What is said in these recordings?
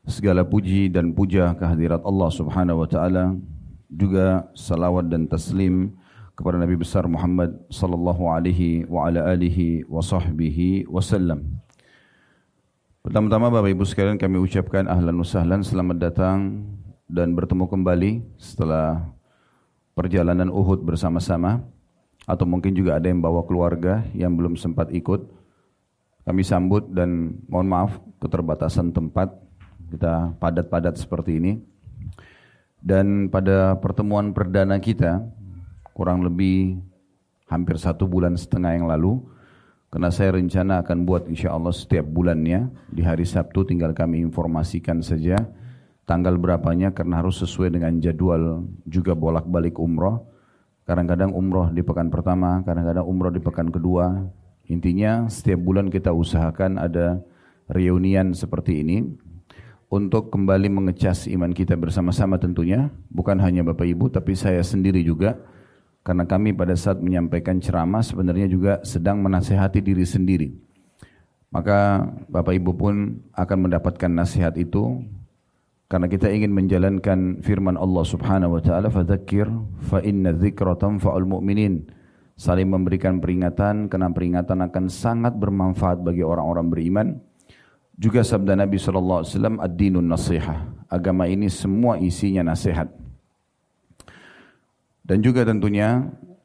Segala puji dan puja kehadirat Allah Subhanahu wa taala, juga salawat dan taslim kepada Nabi besar Muhammad sallallahu alaihi wa ala alihi wa sahbihi wasallam. Pertama-tama Bapak Ibu sekalian, kami ucapkan ahlan wa sahlan, selamat datang dan bertemu kembali setelah perjalanan Uhud bersama-sama, atau mungkin juga ada yang bawa keluarga yang belum sempat ikut. Kami sambut dan mohon maaf keterbatasan tempat, kita padat-padat seperti ini. Dan pada pertemuan perdana kita, kurang lebih hampir 1,5 bulan yang lalu, karena saya rencana akan buat insya Allah setiap bulannya, di hari Sabtu tinggal kami informasikan saja tanggal berapanya, karena harus sesuai dengan jadwal juga bolak-balik umroh. Kadang-kadang umroh di pekan pertama, kadang-kadang umroh di pekan kedua. Intinya setiap bulan kita usahakan ada reunian seperti ini untuk kembali mengecas iman kita bersama-sama tentunya, bukan hanya Bapak Ibu tapi saya sendiri juga, karena kami pada saat menyampaikan ceramah sebenarnya juga sedang menasihati diri sendiri. Maka Bapak Ibu pun akan mendapatkan nasihat itu, karena kita ingin menjalankan firman Allah Subhanahu wa taala, fadzakir fa inna dzikra tanfa'ul mu'minin. Saling memberikan peringatan, karena peringatan akan sangat bermanfaat bagi orang-orang beriman. Juga sabda Nabi SAW, ad-dinun nasihah, agama ini semua isinya nasihat. Dan juga tentunya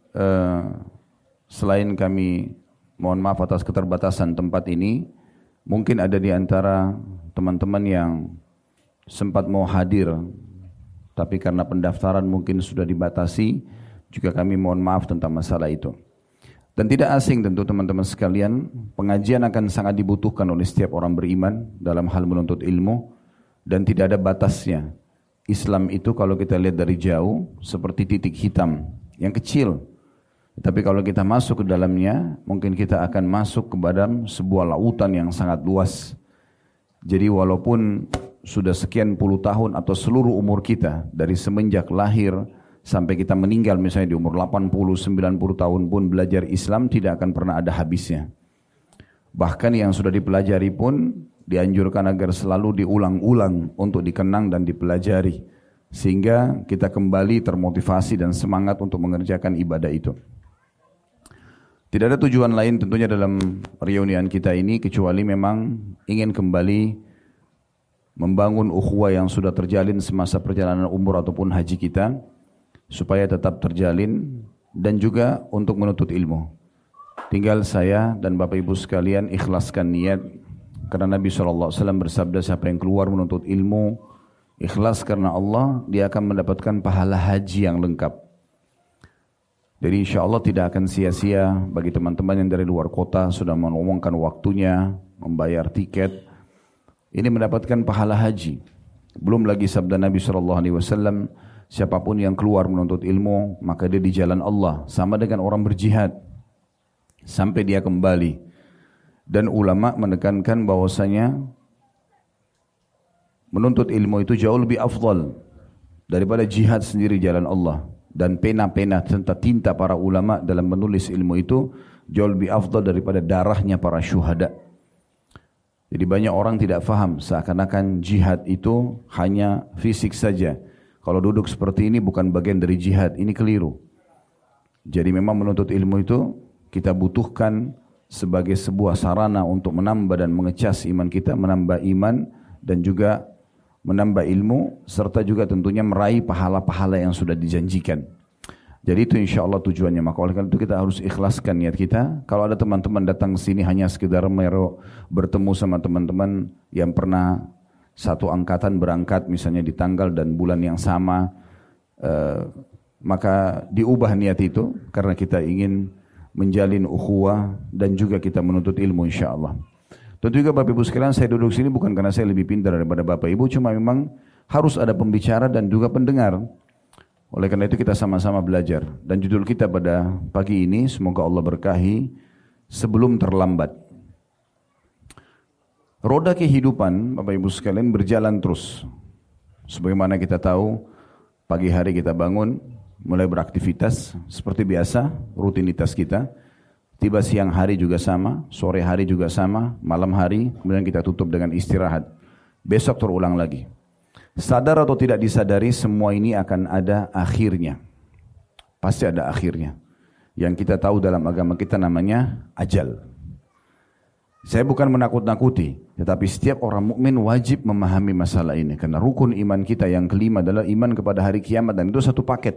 selain kami mohon maaf atas keterbatasan tempat ini, mungkin ada di antara teman-teman yang sempat mau hadir, tapi karena pendaftaran mungkin sudah dibatasi, juga kami mohon maaf tentang masalah itu. Dan tidak asing tentu teman-teman sekalian, pengajian akan sangat dibutuhkan oleh setiap orang beriman dalam hal menuntut ilmu, dan tidak ada batasnya. Islam itu kalau kita lihat dari jauh seperti titik hitam yang kecil, tapi kalau kita masuk ke dalamnya, mungkin kita akan masuk ke dalam sebuah lautan yang sangat luas. Jadi walaupun sudah sekian puluh tahun atau seluruh umur kita, dari semenjak lahir sampai kita meninggal misalnya di umur 80-90 tahun pun belajar Islam tidak akan pernah ada habisnya. Bahkan yang sudah dipelajari pun dianjurkan agar selalu diulang-ulang untuk dikenang dan dipelajari, sehingga kita kembali termotivasi dan semangat untuk mengerjakan ibadah itu. Tidak ada tujuan lain tentunya dalam reunian kita ini kecuali memang ingin kembali membangun ukhuwah yang sudah terjalin semasa perjalanan umur ataupun haji kita, supaya tetap terjalin, dan juga untuk menuntut ilmu. Tinggal saya dan Bapak Ibu sekalian ikhlaskan niat, karena Nabi SAW bersabda, siapa yang keluar menuntut ilmu ikhlas karena Allah, dia akan mendapatkan pahala haji yang lengkap. Jadi insya Allah tidak akan sia-sia bagi teman-teman yang dari luar kota sudah mengomongkan waktunya, membayar tiket, ini mendapatkan pahala haji. Belum lagi sabda Nabi SAW, siapapun yang keluar menuntut ilmu, maka dia di jalan Allah, sama dengan orang berjihad, sampai dia kembali. Dan ulama menekankan bahwasanya menuntut ilmu itu jauh lebih afdal daripada jihad sendiri jalan Allah. Dan pena-pena serta tinta para ulama dalam menulis ilmu itu jauh lebih afdal daripada darahnya para syuhada. Jadi banyak orang tidak faham, seakan-akan jihad itu hanya fisik saja. Kalau duduk seperti ini bukan bagian dari jihad, ini keliru. Jadi memang menuntut ilmu itu kita butuhkan sebagai sebuah sarana untuk menambah dan mengecas iman kita, menambah iman dan juga menambah ilmu, serta juga tentunya meraih pahala-pahala yang sudah dijanjikan. Jadi itu insya Allah tujuannya. Maka oleh karena itu kita harus ikhlaskan niat kita. Kalau ada teman-teman datang ke sini hanya sekedar bertemu sama teman-teman yang pernah satu angkatan berangkat misalnya di tanggal dan bulan yang sama, maka diubah niat itu karena kita ingin menjalin ukhuwah dan juga kita menuntut ilmu insyaAllah. Tentu juga Bapak Ibu sekalian, saya duduk sini bukan karena saya lebih pintar daripada Bapak Ibu, cuma memang harus ada pembicara dan juga pendengar. Oleh karena itu kita sama-sama belajar. Dan judul kita pada pagi ini, semoga Allah berkahi, sebelum terlambat. Roda kehidupan Bapak Ibu sekalian berjalan terus. Sebagaimana kita tahu, pagi hari kita bangun, mulai beraktivitas seperti biasa, rutinitas kita. Tiba siang hari juga sama, sore hari juga sama, malam hari, kemudian kita tutup dengan istirahat. besok terulang lagi. Sadar atau tidak disadari, semua ini akan ada akhirnya. Pasti ada akhirnya. Yang kita tahu dalam agama kita namanya ajal. Saya bukan menakut-nakuti, tetapi setiap orang mukmin wajib memahami masalah ini. Karena rukun iman kita yang kelima adalah iman kepada hari kiamat, dan itu satu paket.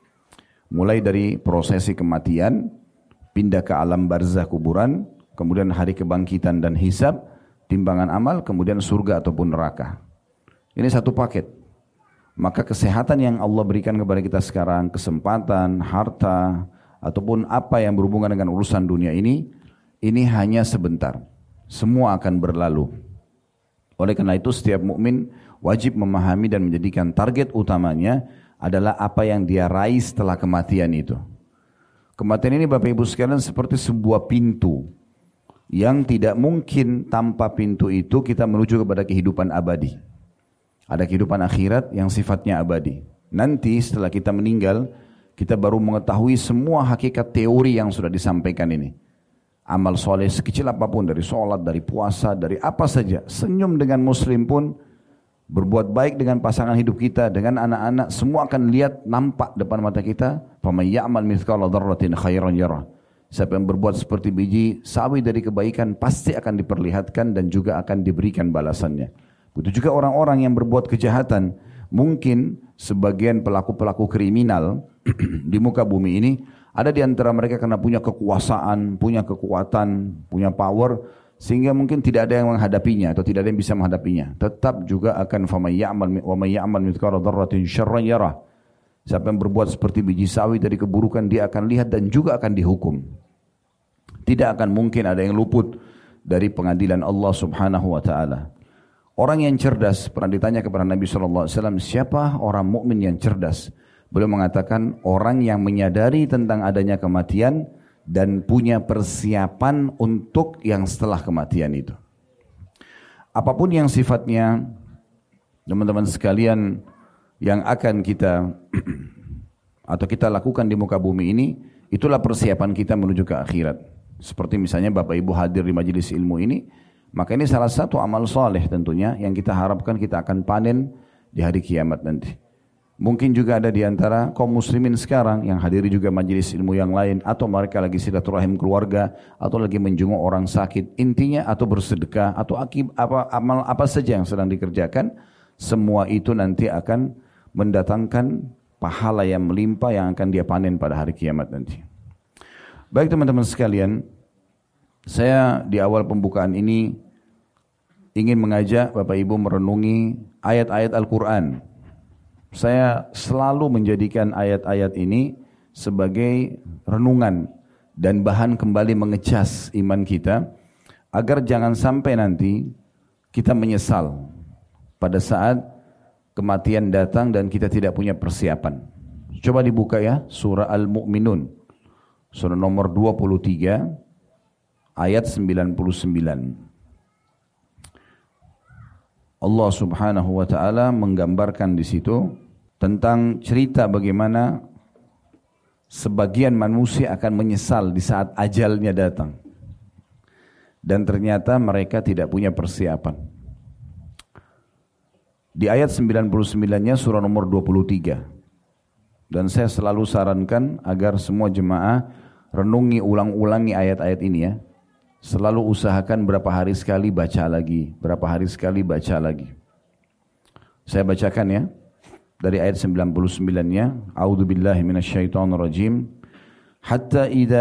Mulai dari prosesi kematian, pindah ke alam barzah kuburan, kemudian hari kebangkitan dan hisab, timbangan amal, kemudian surga ataupun neraka. Ini satu paket. Maka kesehatan yang Allah berikan kepada kita sekarang, kesempatan, harta, ataupun apa yang berhubungan dengan urusan dunia ini hanya sebentar. Semua akan berlalu. Oleh karena itu setiap mukmin wajib memahami dan menjadikan target utamanya adalah apa yang dia raih setelah kematian itu. Kematian ini Bapak Ibu sekalian seperti sebuah pintu yang tidak mungkin tanpa pintu itu kita menuju kepada kehidupan abadi. Ada kehidupan akhirat yang sifatnya abadi. Nanti setelah kita meninggal, kita baru mengetahui semua hakikat teori yang sudah disampaikan ini. Amal soleh sekecil apapun, dari sholat, dari puasa, dari apa saja. Senyum dengan muslim pun, berbuat baik dengan pasangan hidup kita, dengan anak-anak, semua akan lihat, nampak depan mata kita. فَمَنْ يَعْمَلْ مِثْقَالَ ذَرَّةٍ خَيْرًا يَرَهُ. Siapa yang berbuat seperti biji sawi dari kebaikan, pasti akan diperlihatkan dan juga akan diberikan balasannya. Begitu juga orang-orang yang berbuat kejahatan. Mungkin sebagian pelaku-pelaku kriminal di muka bumi ini, ada di antara mereka karena punya kekuasaan, punya kekuatan, punya power, sehingga mungkin tidak ada yang menghadapinya atau tidak ada yang bisa menghadapinya. Tetap juga akan فَمَنْ يَعْمَلْ مِثْقَالَ ذَرَّةٍ شَرًّا يَرَهُ. Siapa yang berbuat seperti biji sawi dari keburukan, dia akan lihat dan juga akan dihukum. Tidak akan mungkin ada yang luput dari pengadilan Allah Subhanahu wa taala. Orang yang cerdas, pernah ditanya kepada Nabi SAW, siapa orang mukmin yang cerdas? Beliau mengatakan orang yang menyadari tentang adanya kematian dan punya persiapan untuk yang setelah kematian itu. Apapun yang sifatnya, teman-teman sekalian, yang akan kita atau kita lakukan di muka bumi ini, itulah persiapan kita menuju ke akhirat. Seperti misalnya Bapak Ibu hadir di majelis ilmu ini, maka ini salah satu amal soleh tentunya yang kita harapkan kita akan panen di hari kiamat nanti. Mungkin juga ada di antara kaum muslimin sekarang yang hadiri juga majelis ilmu yang lain, atau mereka lagi silaturahim keluarga, atau lagi menjenguk orang sakit, intinya atau bersedekah, atau amal apa saja yang sedang dikerjakan, semua itu nanti akan mendatangkan pahala yang melimpah yang akan dia panen pada hari kiamat nanti. Baik teman-teman sekalian, saya di awal pembukaan ini ingin mengajak Bapak Ibu merenungi ayat-ayat Al-Quran. Saya selalu menjadikan ayat-ayat ini sebagai renungan dan bahan kembali mengecas iman kita, agar jangan sampai nanti kita menyesal pada saat kematian datang dan kita tidak punya persiapan. Coba dibuka ya, surah Al-Mu'minun, surah nomor 23, ayat 99. Allah Subhanahu wa taala menggambarkan di situ tentang cerita bagaimana sebagian manusia akan menyesal di saat ajalnya datang. Dan ternyata mereka tidak punya persiapan. Di ayat 99-nya surah nomor 23. Dan saya selalu sarankan agar semua jemaah renungi ulang-ulangi ayat-ayat ini ya. Selalu usahakan berapa hari sekali baca lagi, berapa hari sekali baca lagi. Saya bacakan ya, dari ayat 99-nya, A'udzubillahi minasyaitonirrajim. Hatta idza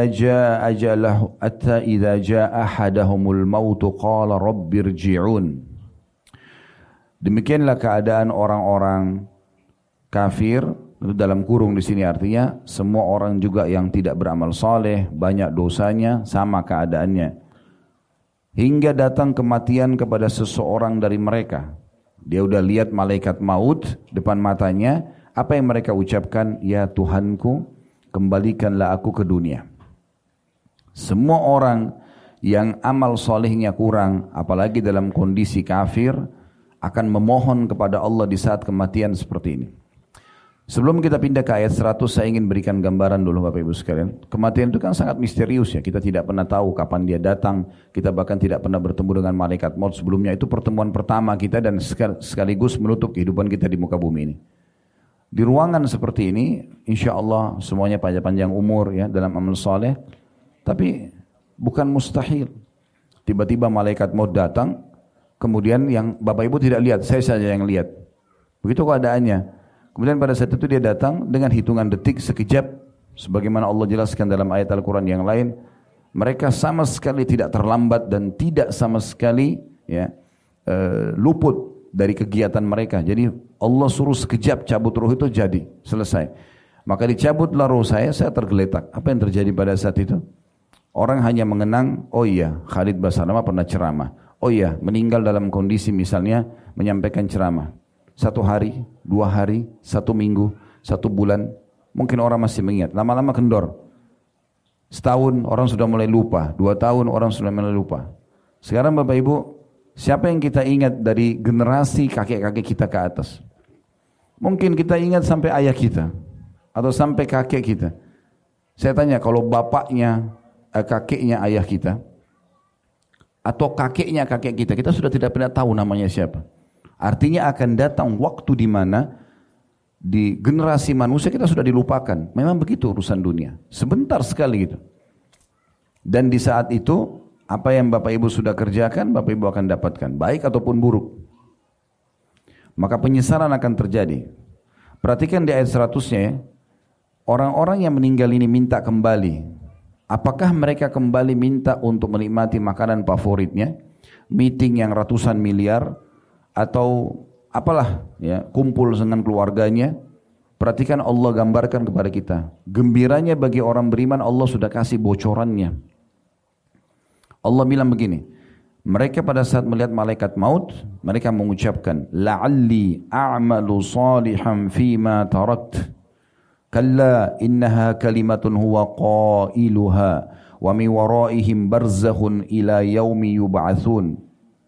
jaa ahadahumul maut qala rabbirji'un. Demikianlah keadaan orang-orang kafir, itu dalam kurung di sini artinya semua orang juga yang tidak beramal saleh, banyak dosanya, sama keadaannya. Hingga datang kematian kepada seseorang dari mereka. Dia udah lihat malaikat maut depan matanya. Apa yang mereka ucapkan? Ya Tuhanku, kembalikanlah aku ke dunia. Semua orang yang amal solehnya kurang, apalagi dalam kondisi kafir, akan memohon kepada Allah di saat kematian seperti ini. Sebelum kita pindah ke ayat 100, saya ingin berikan gambaran dulu Bapak Ibu sekalian. Kematian itu kan sangat misterius ya. Kita tidak pernah tahu kapan dia datang. Kita bahkan tidak pernah bertemu dengan malaikat maut sebelumnya. Itu pertemuan pertama kita dan sekaligus menutup kehidupan kita di muka bumi ini. Di ruangan seperti ini, insya Allah semuanya panjang umur ya dalam amal soleh. Tapi bukan mustahil. Tiba-tiba malaikat maut datang, kemudian yang Bapak Ibu tidak lihat, saya saja yang lihat. Begitu keadaannya. Kemudian pada saat itu dia datang dengan hitungan detik sekejap, sebagaimana Allah jelaskan dalam ayat Al-Quran yang lain. Mereka sama sekali tidak terlambat dan tidak sama sekali ya, luput dari kegiatan mereka. Jadi Allah suruh sekejap cabut ruh itu jadi, selesai. Maka dicabutlah ruh saya tergeletak. Apa yang terjadi pada saat itu? Orang hanya mengenang, oh iya Khalid Basalamah pernah ceramah. Oh iya meninggal dalam kondisi misalnya menyampaikan ceramah. 1 hari, 2 hari, 1 minggu, 1 bulan, mungkin orang masih mengingat. Lama-lama kendor. Setahun orang sudah mulai lupa, 2 tahun orang sudah mulai lupa. Sekarang Bapak Ibu, siapa yang kita ingat dari generasi kakek-kakek kita ke atas? Mungkin kita ingat sampai ayah kita atau sampai kakek kita. Saya tanya, kalau bapaknya, kakeknya ayah kita atau kakeknya kakek kita sudah tidak pernah tahu namanya siapa. Artinya akan datang waktu di mana di generasi manusia kita sudah dilupakan. Memang begitu urusan dunia. Sebentar sekali gitu. Dan di saat itu, apa yang Bapak Ibu sudah kerjakan, Bapak Ibu akan dapatkan. Baik ataupun buruk. Maka penyesalan akan terjadi. Perhatikan di ayat 100-nya ya. Orang-orang yang meninggal ini minta kembali. Apakah mereka kembali minta untuk menikmati makanan favoritnya? Meeting yang ratusan miliar? Atau apalah ya, kumpul dengan keluarganya. Perhatikan Allah gambarkan kepada kita. Gembiranya bagi orang beriman Allah sudah kasih bocorannya. Allah bilang begini, mereka pada saat melihat malaikat maut, mereka mengucapkan, la'alli a'malu salihan fima tarakt. Kalla innaha kalimatun huwa qailuha wa min waraihim barzakhun ila yaumi yub'atsun.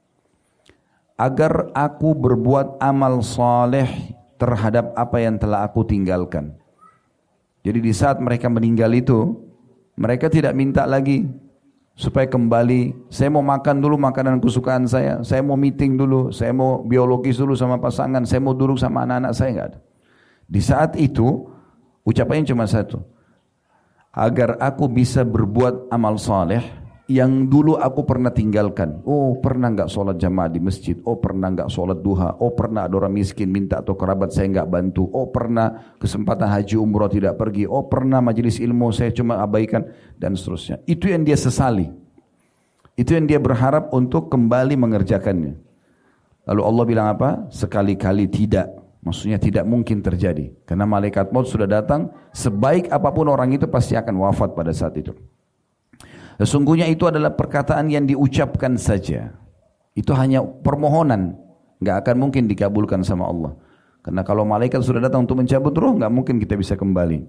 Agar aku berbuat amal saleh terhadap apa yang telah aku tinggalkan. Jadi di saat mereka meninggal itu, mereka tidak minta lagi supaya kembali, saya mau makan dulu makanan kesukaan saya mau meeting dulu, saya mau biologis dulu sama pasangan, saya mau duduk sama anak-anak saya, enggak ada. Di saat itu, ucapannya cuma satu, agar aku bisa berbuat amal saleh yang dulu aku pernah tinggalkan. Oh pernah enggak sholat jamaah di masjid, oh pernah enggak sholat duha, oh pernah ada orang miskin minta atau kerabat saya enggak bantu, oh pernah kesempatan haji umrah tidak pergi, oh pernah majelis ilmu saya cuma abaikan, dan seterusnya. Itu yang dia sesali, itu yang dia berharap untuk kembali mengerjakannya. Lalu Allah bilang apa? Sekali-kali tidak, maksudnya tidak mungkin terjadi, karena malaikat maut sudah datang. Sebaik apapun orang itu pasti akan wafat pada saat itu. Sesungguhnya itu adalah perkataan yang diucapkan saja. Itu hanya permohonan, nggak akan mungkin dikabulkan sama Allah. Karena kalau malaikat sudah datang untuk mencabut ruh, nggak mungkin kita bisa kembali.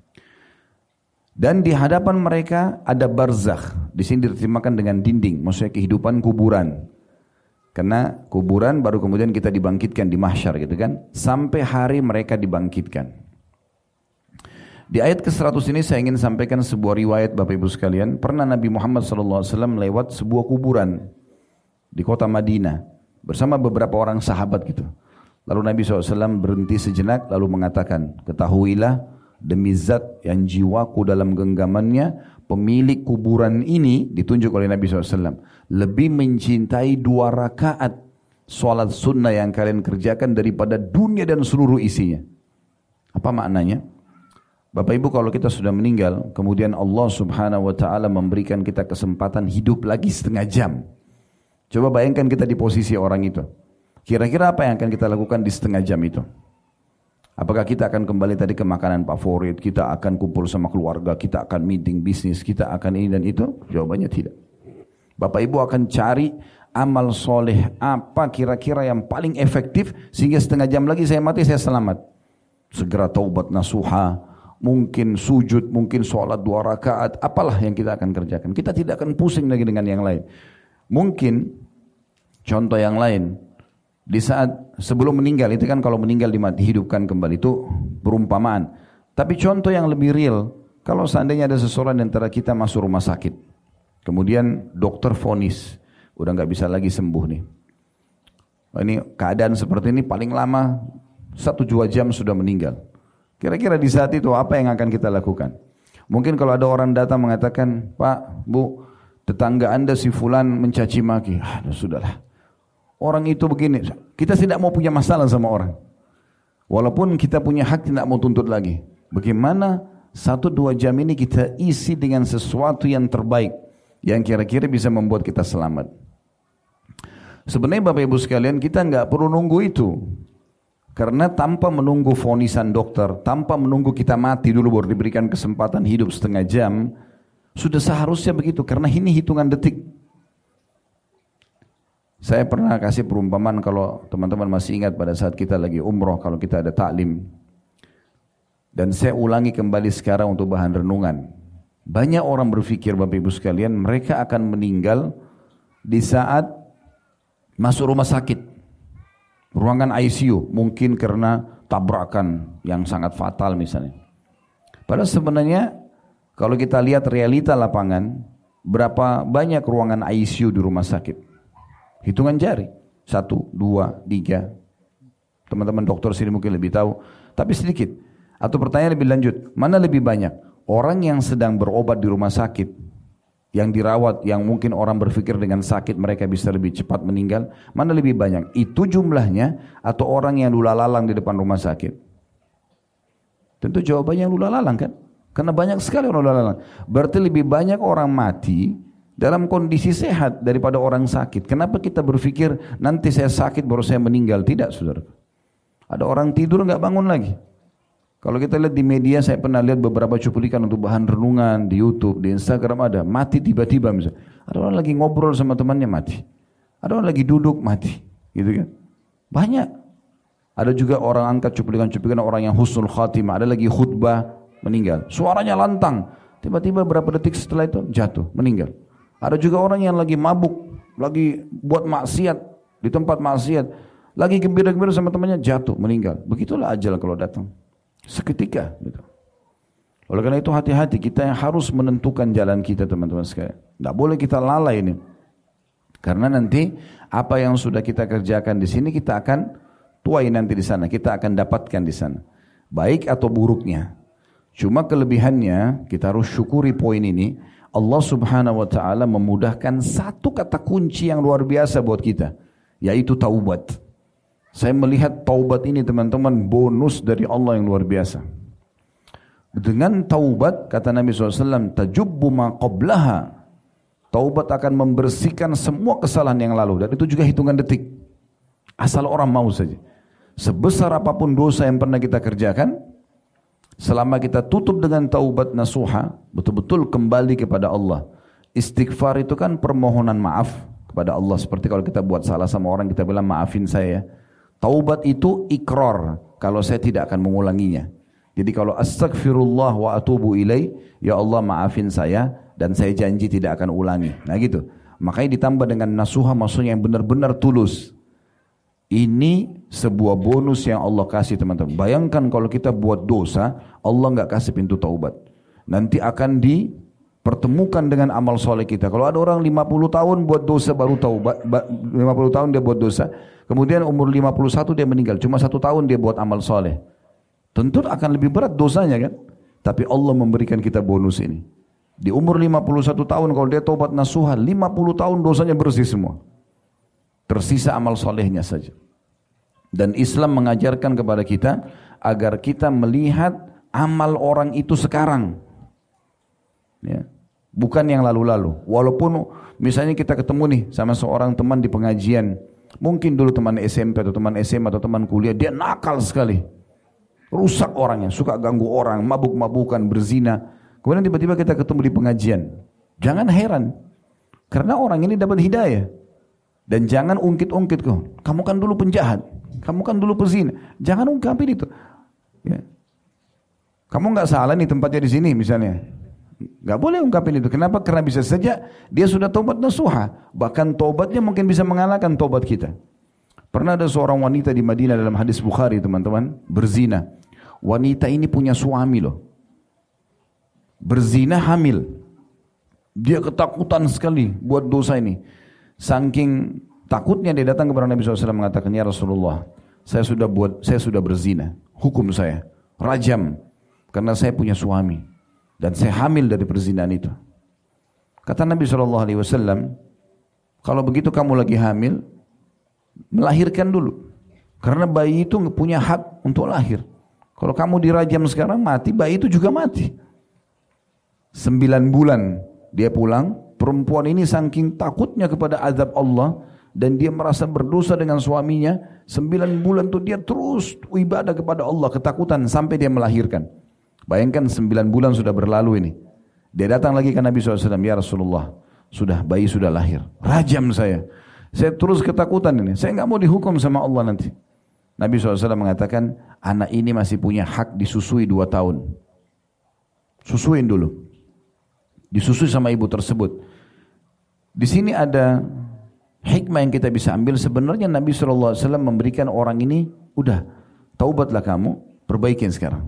Dan di hadapan mereka ada barzakh. Di sini diterjemahkan dengan dinding, maksudnya kehidupan kuburan. Karena kuburan baru kemudian kita dibangkitkan di mahsyar gitu kan. Sampai hari mereka dibangkitkan. Di ayat ke-100 ini saya ingin sampaikan sebuah riwayat Bapak Ibu sekalian. Pernah Nabi Muhammad SAW lewat sebuah kuburan di kota Madinah bersama beberapa orang sahabat gitu. Lalu Nabi SAW berhenti sejenak lalu mengatakan, ketahuilah demi zat yang jiwaku dalam genggamannya, pemilik kuburan ini, ditunjuk oleh Nabi SAW, lebih mencintai 2 rakaat sholat sunnah yang kalian kerjakan daripada dunia dan seluruh isinya. Apa maknanya? Bapak Ibu, kalau kita sudah meninggal, kemudian Allah Subhanahu wa Ta'ala memberikan kita kesempatan hidup lagi setengah jam. Coba bayangkan kita di posisi orang itu. Kira-kira apa yang akan kita lakukan di setengah jam itu? Apakah kita akan kembali tadi ke makanan favorit, kita akan kumpul sama keluarga, kita akan meeting bisnis, kita akan ini dan itu? Jawabannya tidak. Bapak Ibu akan cari amal soleh apa kira-kira yang paling efektif sehingga setengah jam lagi saya mati, saya selamat. Segera taubat nasuha. Mungkin sujud, mungkin sholat 2 rakaat, apalah yang kita akan kerjakan. Kita tidak akan pusing lagi dengan yang lain. Mungkin, contoh yang lain, di saat sebelum meninggal, itu kan kalau meninggal dihidupkan kembali itu perumpamaan. Tapi contoh yang lebih real, kalau seandainya ada seseorang di antara kita masuk rumah sakit, kemudian dokter vonis, udah nggak bisa lagi sembuh nih. Ini keadaan seperti ini paling lama 1-2 jam sudah meninggal. Kira-kira di saat itu apa yang akan kita lakukan? Mungkin kalau ada orang datang mengatakan, Pak, Bu, tetangga Anda si Fulan mencaci maki. Sudahlah. Orang itu begini. Kita tidak mau punya masalah sama orang. Walaupun kita punya hak tidak mau tuntut lagi. Bagaimana 1-2 jam ini kita isi dengan sesuatu yang terbaik, yang kira-kira bisa membuat kita selamat. Sebenarnya Bapak Ibu sekalian, kita nggak perlu nunggu itu. Karena tanpa menunggu vonisan dokter, tanpa menunggu kita mati dulu baru diberikan kesempatan hidup setengah jam, sudah seharusnya begitu, karena ini hitungan detik. Saya pernah kasih perumpamaan, kalau teman-teman masih ingat pada saat kita lagi umroh, kalau kita ada taklim. Dan saya ulangi kembali sekarang untuk bahan renungan. Banyak orang berpikir Bapak Ibu sekalian, mereka akan meninggal di saat masuk rumah sakit, ruangan ICU, mungkin karena tabrakan yang sangat fatal misalnya. Padahal sebenarnya kalau kita lihat realita lapangan, berapa banyak ruangan ICU di rumah sakit? Hitungan jari, 1, 2, 3. Teman-teman dokter sini mungkin lebih tahu, tapi sedikit. Atau pertanyaan lebih lanjut, mana lebih banyak? Orang yang sedang berobat di rumah sakit, yang dirawat, yang mungkin orang berpikir dengan sakit mereka bisa lebih cepat meninggal, mana lebih banyak? Itu jumlahnya atau orang yang lula-lalang di depan rumah sakit? Tentu jawabannya yang lula-lalang kan? Karena banyak sekali orang lula-lalang. Berarti lebih banyak orang mati dalam kondisi sehat daripada orang sakit. Kenapa kita berpikir nanti saya sakit baru saya meninggal? Tidak, saudara. Ada orang tidur nggak bangun lagi. Kalau kita lihat di media, saya pernah lihat beberapa cuplikan untuk bahan renungan di YouTube, di Instagram ada, mati tiba-tiba misalnya. Ada orang lagi ngobrol sama temannya mati. Ada orang lagi duduk mati, gitu kan? Banyak. Ada juga orang angkat cuplikan-cuplikan orang yang husnul khatimah, ada lagi khutbah meninggal. Suaranya lantang, tiba-tiba berapa detik setelah itu jatuh, meninggal. Ada juga orang yang lagi mabuk, lagi buat maksiat di tempat maksiat, lagi gembira-gembira sama temannya jatuh, meninggal. Begitulah ajal kalau datang. Seketika gitu. Oleh karena itu hati-hati, kita yang harus menentukan jalan kita teman-teman sekalian. Tidak boleh kita lalai ini. Karena nanti apa yang sudah kita kerjakan di sini kita akan tuai nanti di sana, kita akan dapatkan di sana. Baik atau buruknya. Cuma kelebihannya kita harus syukuri poin ini. Allah Subhanahu wa taala memudahkan satu kata kunci yang luar biasa buat kita, yaitu taubat. Saya melihat taubat ini teman-teman bonus dari Allah yang luar biasa. Dengan taubat kata Nabi SAW, tajubbu ma qablaha. Taubat akan membersihkan semua kesalahan yang lalu, dan itu juga hitungan detik. Asal orang mau saja. Sebesar apapun dosa yang pernah kita kerjakan, selama kita tutup dengan taubat nasuha, betul-betul kembali kepada Allah. Istighfar itu kan permohonan maaf kepada Allah. Seperti kalau kita buat salah sama orang, kita bilang maafin saya. Taubat itu ikrar, kalau saya tidak akan mengulanginya. Jadi kalau astaghfirullah wa atubu ilaih, ya Allah maafin saya dan saya janji tidak akan ulangi. Nah gitu. Makanya ditambah dengan nasuha, maksudnya yang benar-benar tulus. Ini sebuah bonus yang Allah kasih teman-teman. Bayangkan kalau kita buat dosa, Allah nggak kasih pintu taubat. Nanti akan dipertemukan dengan amal soleh kita. Kalau ada orang 50 tahun buat dosa baru taubat, 50 tahun dia buat dosa, kemudian umur 51 dia meninggal, cuma 1 tahun dia buat amal soleh. Tentu akan lebih berat dosanya kan? Tapi Allah memberikan kita bonus ini. Di umur 51 tahun kalau dia taubat nasuha, 50 tahun dosanya bersih semua. Tersisa amal solehnya saja. Dan Islam mengajarkan kepada kita agar kita melihat amal orang itu sekarang. Ya. Bukan yang lalu-lalu. Walaupun misalnya kita ketemu nih sama seorang teman di pengajian, mungkin dulu teman SMP atau teman SMA atau teman kuliah, dia nakal sekali. Rusak orangnya, suka ganggu orang, mabuk-mabukan, berzina. Kemudian tiba-tiba kita ketemu di pengajian. Jangan heran. Karena orang ini dapat hidayah. Dan jangan ungkit-ungkit kok. Kamu kan dulu penjahat. Kamu kan dulu pezina. Jangan ungkapin itu. Ya. Kamu nggak salah nih tempatnya di sini misalnya. Nggak boleh ungkapin itu. Kenapa? Karena bisa saja dia sudah taubat nasuha. Bahkan taubatnya mungkin bisa mengalahkan taubat kita. Pernah ada seorang wanita di Madinah dalam hadis Bukhari teman-teman, berzina. wanita ini punya suami loh. Berzina hamil. Dia ketakutan sekali buat dosa ini. Saking takutnya dia datang kepada Nabi SAW mengatakan, ya Rasulullah, saya sudah berzina. Hukum saya, rajam. Karena saya punya suami. Dan saya hamil dari perzinahan itu. Kata Nabi SAW, kalau begitu kamu lagi hamil, melahirkan dulu. Karena bayi itu punya hak untuk lahir. Kalau kamu dirajam sekarang mati, bayi itu juga mati. 9 bulan dia pulang, perempuan ini saking takutnya kepada azab Allah, dan dia merasa berdosa dengan suaminya, 9 bulan tuh dia terus ibadah kepada Allah, ketakutan sampai dia melahirkan. Bayangkan 9 bulan sudah berlalu ini. Dia datang lagi ke Nabi SAW, ya Rasulullah, bayi sudah lahir, rajam saya terus ketakutan ini, saya nggak mau dihukum sama Allah nanti. Nabi SAW mengatakan, anak ini masih punya hak disusui 2 tahun. Susuin dulu. Disusui sama ibu tersebut. Di sini ada hikmah yang kita bisa ambil. Sebenarnya Nabi SAW memberikan orang ini, udah, taubatlah kamu, perbaikin sekarang.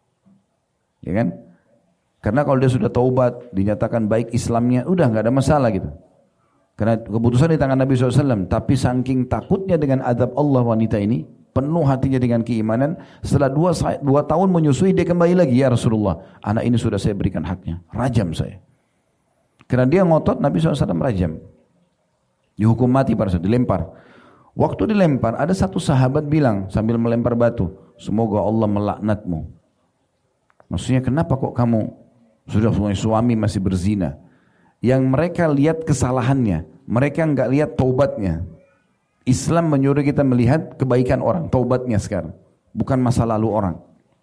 Ya kan? Karena kalau dia sudah taubat, dinyatakan baik Islamnya, udah nggak ada masalah gitu. Karena keputusan di tangan Nabi SAW. Tapi saking takutnya dengan azab Allah wanita ini, penuh hatinya dengan keimanan. Setelah 2 tahun menyusui, dia kembali lagi, ya Rasulullah, anak ini sudah saya berikan haknya, rajam saya. Karena dia ngotot, Nabi SAW rajam. Dihukum mati pada saat dilempar. Waktu dilempar, ada satu sahabat bilang sambil melempar batu, semoga Allah melaknatmu. Maksudnya kenapa kok kamu sudah punya suami masih berzina? Yang mereka lihat kesalahannya, mereka enggak lihat taubatnya. Islam menyuruh kita melihat kebaikan orang, taubatnya sekarang, bukan masa lalu orang.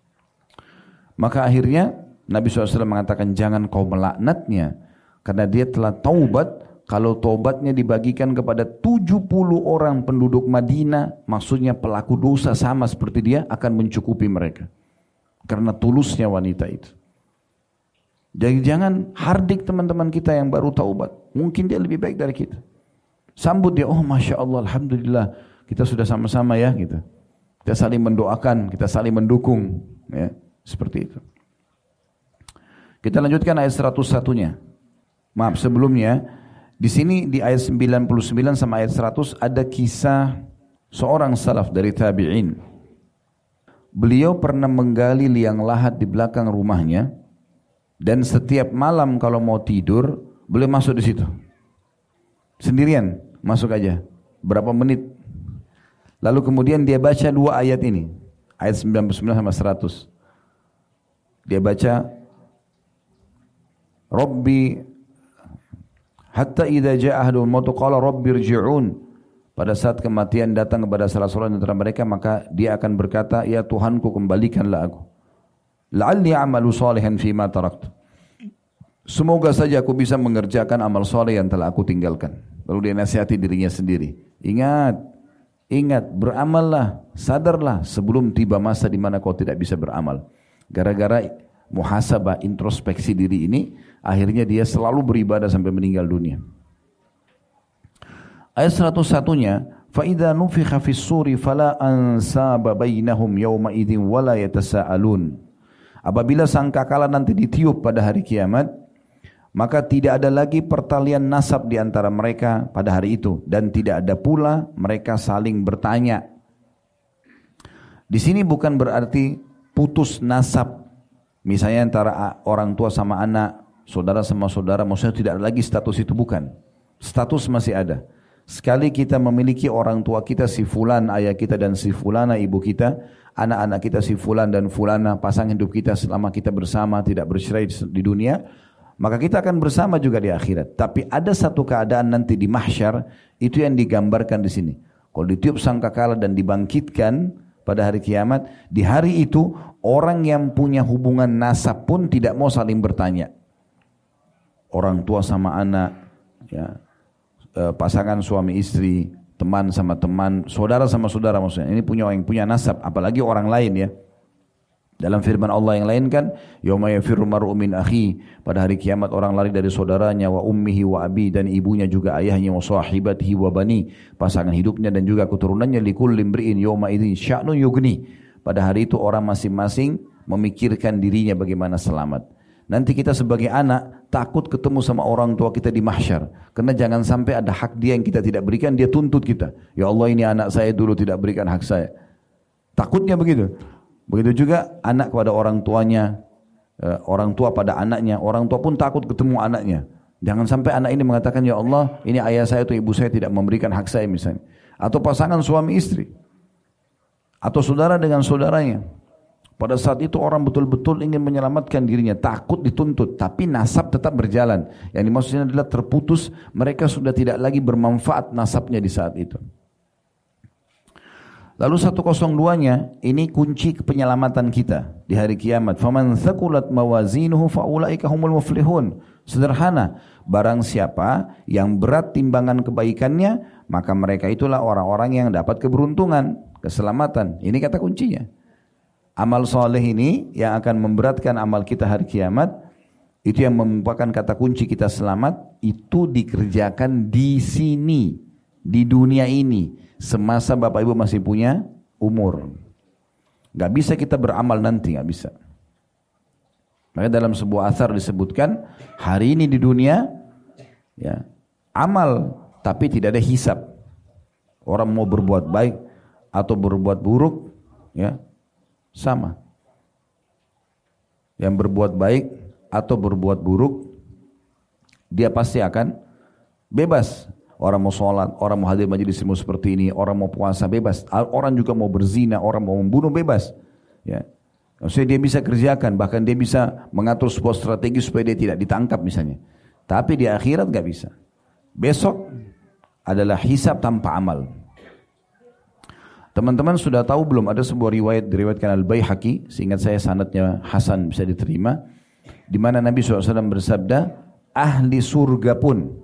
Maka akhirnya Nabi SAW mengatakan jangan kau melaknatnya, karena dia telah taubat. Kalau taubatnya dibagikan kepada 70 orang penduduk Madinah, maksudnya pelaku dosa sama seperti dia, akan mencukupi mereka. Karena tulusnya wanita itu. Jadi jangan hardik teman-teman kita yang baru taubat. Mungkin dia lebih baik dari kita. Sambut dia, oh Masya Allah, Alhamdulillah, kita sudah sama-sama ya gitu. Kita saling mendoakan, kita saling mendukung, ya, seperti itu. Kita lanjutkan ayat 101-nya. Maaf, sebelumnya di sini di ayat 99 sama ayat 100 ada kisah seorang salaf dari tabi'in. Beliau pernah menggali liang lahat di belakang rumahnya, dan setiap malam kalau mau tidur, beliau masuk di situ. Sendirian, masuk aja. Berapa menit. Lalu kemudian dia baca 2 ayat ini. Ayat 99 sama 100. Dia baca, Rabbi, hatta idza jaa ahaduhum maut qala rabbi irji'un. Pada saat kematian datang kepada salah seorang antara mereka, maka dia akan berkata, ya Tuhanku, kembalikanlah aku. La'alli a'malu salihan fima taraktu. Semoga saja aku bisa mengerjakan amal soleh yang telah aku tinggalkan. Lalu dia nasihati dirinya sendiri. Ingat, beramallah, sadarlah sebelum tiba masa di mana kau tidak bisa beramal. Gara-gara muhasabah, introspeksi diri ini, akhirnya dia selalu beribadah sampai meninggal dunia. Ayat 101-nya, فَإِذَا نُفِخَ فِي الصُّورِ فَلَا أَنْسَابَ بَيْنَهُمْ يَوْمَئِذٍ وَلَا يَتَسَاءَلُونَ. Apabila sangkakala nanti ditiup pada hari kiamat, maka tidak ada lagi pertalian nasab di antara mereka pada hari itu, dan tidak ada pula mereka saling bertanya. Di sini bukan berarti putus nasab, misalnya antara orang tua sama anak, saudara sama saudara, maksudnya tidak ada lagi status itu, bukan. Status masih ada. Sekali kita memiliki orang tua kita si fulan ayah kita dan si fulana ibu kita, anak-anak kita si fulan dan fulana pasangan hidup kita selama kita bersama tidak bercerai di dunia, maka kita akan bersama juga di akhirat. Tapi ada satu keadaan nanti di mahsyar, itu yang digambarkan di sini. Kalau ditiup sangkakala dan dibangkitkan pada hari kiamat, di hari itu orang yang punya hubungan nasab pun tidak mau saling bertanya. Orang tua sama anak, ya, pasangan suami istri, teman sama teman, saudara sama saudara, maksudnya ini yang punya nasab, apalagi orang lain ya. Dalam firman Allah yang lain kan, yauma yafirru mar'u min akhi, pada hari kiamat orang lari dari saudaranya, wa ummihi wa abi, dan ibunya juga ayahnya, wa sahibatihi wa bani, pasangan hidupnya dan juga keturunannya, likulli imri'in yauma idzin sya'nun yughni. pada hari itu orang masing-masing memikirkan dirinya bagaimana selamat. Nanti kita sebagai anak takut ketemu sama orang tua kita di mahsyar. Karena jangan sampai ada hak dia yang kita tidak berikan, dia tuntut kita. Ya Allah, ini anak saya dulu tidak berikan hak saya. Takutnya begitu. Begitu juga anak kepada orang tuanya, orang tua pada anaknya. Orang tua pun takut ketemu anaknya. Jangan sampai anak ini mengatakan, ya Allah, ini ayah saya atau ibu saya tidak memberikan hak saya misalnya. Atau pasangan suami istri. Atau saudara dengan saudaranya. Pada saat itu orang betul-betul ingin menyelamatkan dirinya, takut dituntut, tapi nasab tetap berjalan. Yang dimaksudnya adalah terputus, mereka sudah tidak lagi bermanfaat nasabnya di saat itu. Lalu 102-nya, ini kunci penyelamatan kita di hari kiamat. Faman thaqulat mawazinuhu faulaika humul muflihun. Sederhana, barang siapa yang berat timbangan kebaikannya, maka mereka itulah orang-orang yang dapat keberuntungan, keselamatan. Ini kata kuncinya. Amal soleh ini yang akan memberatkan amal kita hari kiamat, itu yang merupakan kata kunci kita selamat, itu dikerjakan di sini, di dunia ini, semasa Bapak Ibu masih punya umur. Gak bisa kita beramal nanti, gak bisa. Maka dalam sebuah athar disebutkan, hari ini di dunia, ya, amal, tapi tidak ada hisab. Orang mau berbuat baik atau berbuat buruk, ya, sama. Yang berbuat baik atau berbuat buruk, dia pasti akan bebas. Orang mau sholat, orang mau hadir majelis ilmu seperti ini, orang mau puasa bebas. Orang juga mau berzina, orang mau membunuh bebas. Ya, maksudnya dia bisa kerjakan, bahkan dia bisa mengatur sebuah strategi supaya dia tidak ditangkap misalnya. Tapi di akhirat gak bisa. Besok adalah hisab tanpa amal. Teman-teman sudah tahu belum, ada sebuah riwayat diriwayatkan Al-Baihaqi, seingat saya sanadnya hasan, bisa diterima, di mana Nabi SAW bersabda, ahli surga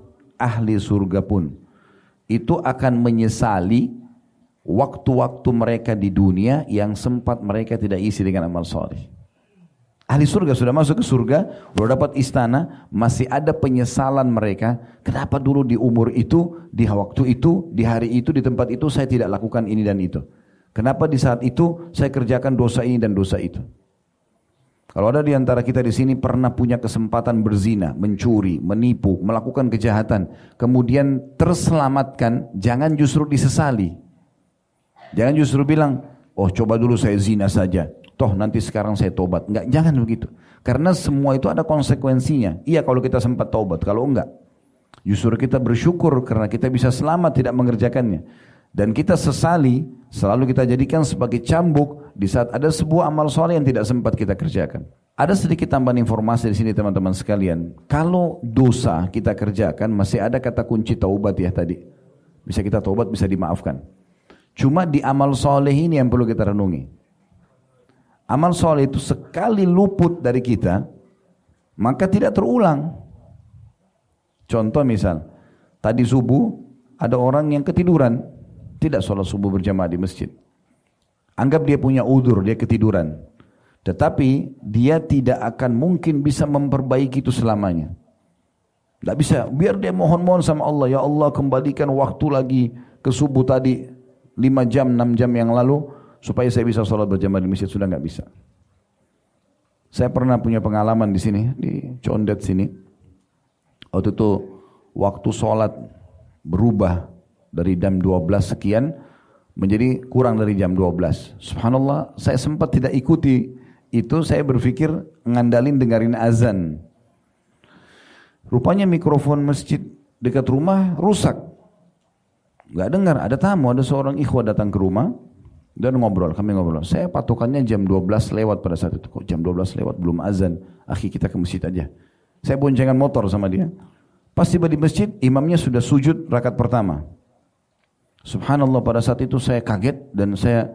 pun itu akan menyesali waktu-waktu mereka di dunia yang sempat mereka tidak isi dengan amal soleh. Ahli surga sudah masuk ke surga, sudah dapat istana, masih ada penyesalan mereka. Kenapa dulu di umur itu, di waktu itu, di hari itu, di tempat itu saya tidak lakukan ini dan itu? Kenapa di saat itu saya kerjakan dosa ini dan dosa itu? Kalau ada di antara kita di sini pernah punya kesempatan berzina, mencuri, menipu, melakukan kejahatan, kemudian terselamatkan, jangan justru disesali. Jangan justru bilang, oh coba dulu saya zina saja, toh nanti sekarang saya tobat. Enggak, jangan begitu. Karena semua itu ada konsekuensinya. Iya kalau kita sempat tobat, kalau enggak, justru kita bersyukur karena kita bisa selamat tidak mengerjakannya. Dan kita sesali, selalu kita jadikan sebagai cambuk di saat ada sebuah amal soleh yang tidak sempat kita kerjakan. Ada sedikit tambahan informasi di sini teman-teman sekalian. Kalau dosa kita kerjakan, masih ada kata kunci taubat ya tadi. Bisa kita taubat, bisa dimaafkan. Cuma di amal soleh ini yang perlu kita renungi. Amal soleh itu sekali luput dari kita, maka tidak terulang. Contoh misal, tadi subuh ada orang yang ketiduran, tidak sholat subuh berjamaah di masjid. Anggap dia punya udzur, dia ketiduran. Tetapi dia tidak akan mungkin bisa memperbaiki itu selamanya. Tidak bisa, biar dia mohon-mohon sama Allah, ya Allah kembalikan waktu lagi ke subuh tadi 5 jam, 6 jam yang lalu, supaya saya bisa sholat berjamaah di masjid, sudah nggak bisa. Saya pernah punya pengalaman di sini, di Condet sini. Waktu itu waktu sholat berubah dari jam 12 sekian menjadi kurang dari jam 12. Subhanallah, saya sempat tidak ikuti itu, saya berpikir ngandalin dengerin azan. Rupanya mikrofon masjid dekat rumah rusak. Nggak dengar, ada tamu, ada seorang ikhwah datang ke rumah dan kami ngobrol. Saya patokannya jam 12 lewat pada saat itu. Kok jam 12 lewat belum azan? Akhi kita ke masjid aja. Saya boncengan motor sama dia. Pas tiba di masjid, imamnya sudah sujud rakaat pertama. Subhanallah, pada saat itu saya kaget dan saya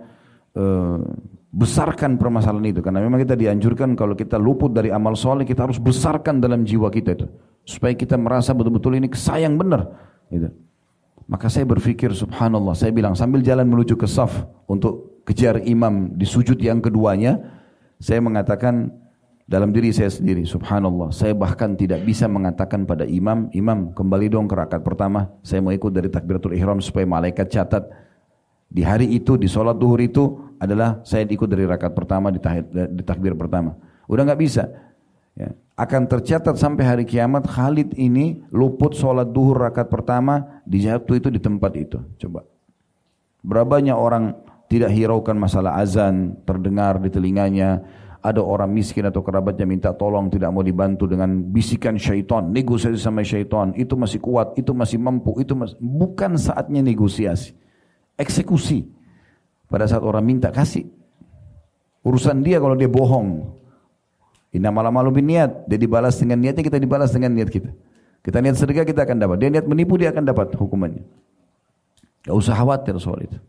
besarkan permasalahan itu. Karena memang kita dianjurkan kalau kita luput dari amal soleh, kita harus besarkan dalam jiwa kita itu. Supaya kita merasa betul-betul ini kesayang benar. Gitu. Maka saya berpikir subhanallah, saya bilang sambil jalan menuju ke saf untuk kejar imam di sujud yang keduanya, saya mengatakan dalam diri saya sendiri, subhanallah, saya bahkan tidak bisa mengatakan pada imam, imam kembali dong ke rakaat pertama, saya mau ikut dari takbiratul ihram supaya malaikat catat Di hari itu, di sholat duhur itu adalah saya ikut dari rakaat pertama di takbir pertama. Udah nggak bisa. Ya. Akan tercatat sampai hari kiamat Khalid ini luput sholat duhur rakaat pertama di waktu itu di tempat itu. Coba. Berapa banyak orang tidak hiraukan masalah azan, terdengar di telinganya. Ada orang miskin atau kerabatnya minta tolong, tidak mau dibantu dengan bisikan syaitan, negosiasi sama syaitan. Itu masih kuat, itu masih mampu, itu masih... Bukan saatnya negosiasi. Eksekusi. Pada saat orang minta, kasih. Urusan dia kalau dia bohong. Innamal a'malu binniyat. Dia dibalas dengan niatnya, kita dibalas dengan niat kita. Kita niat sedekah, kita akan dapat. Dia niat menipu, dia akan dapat hukumannya. Gak usah khawatir soal itu.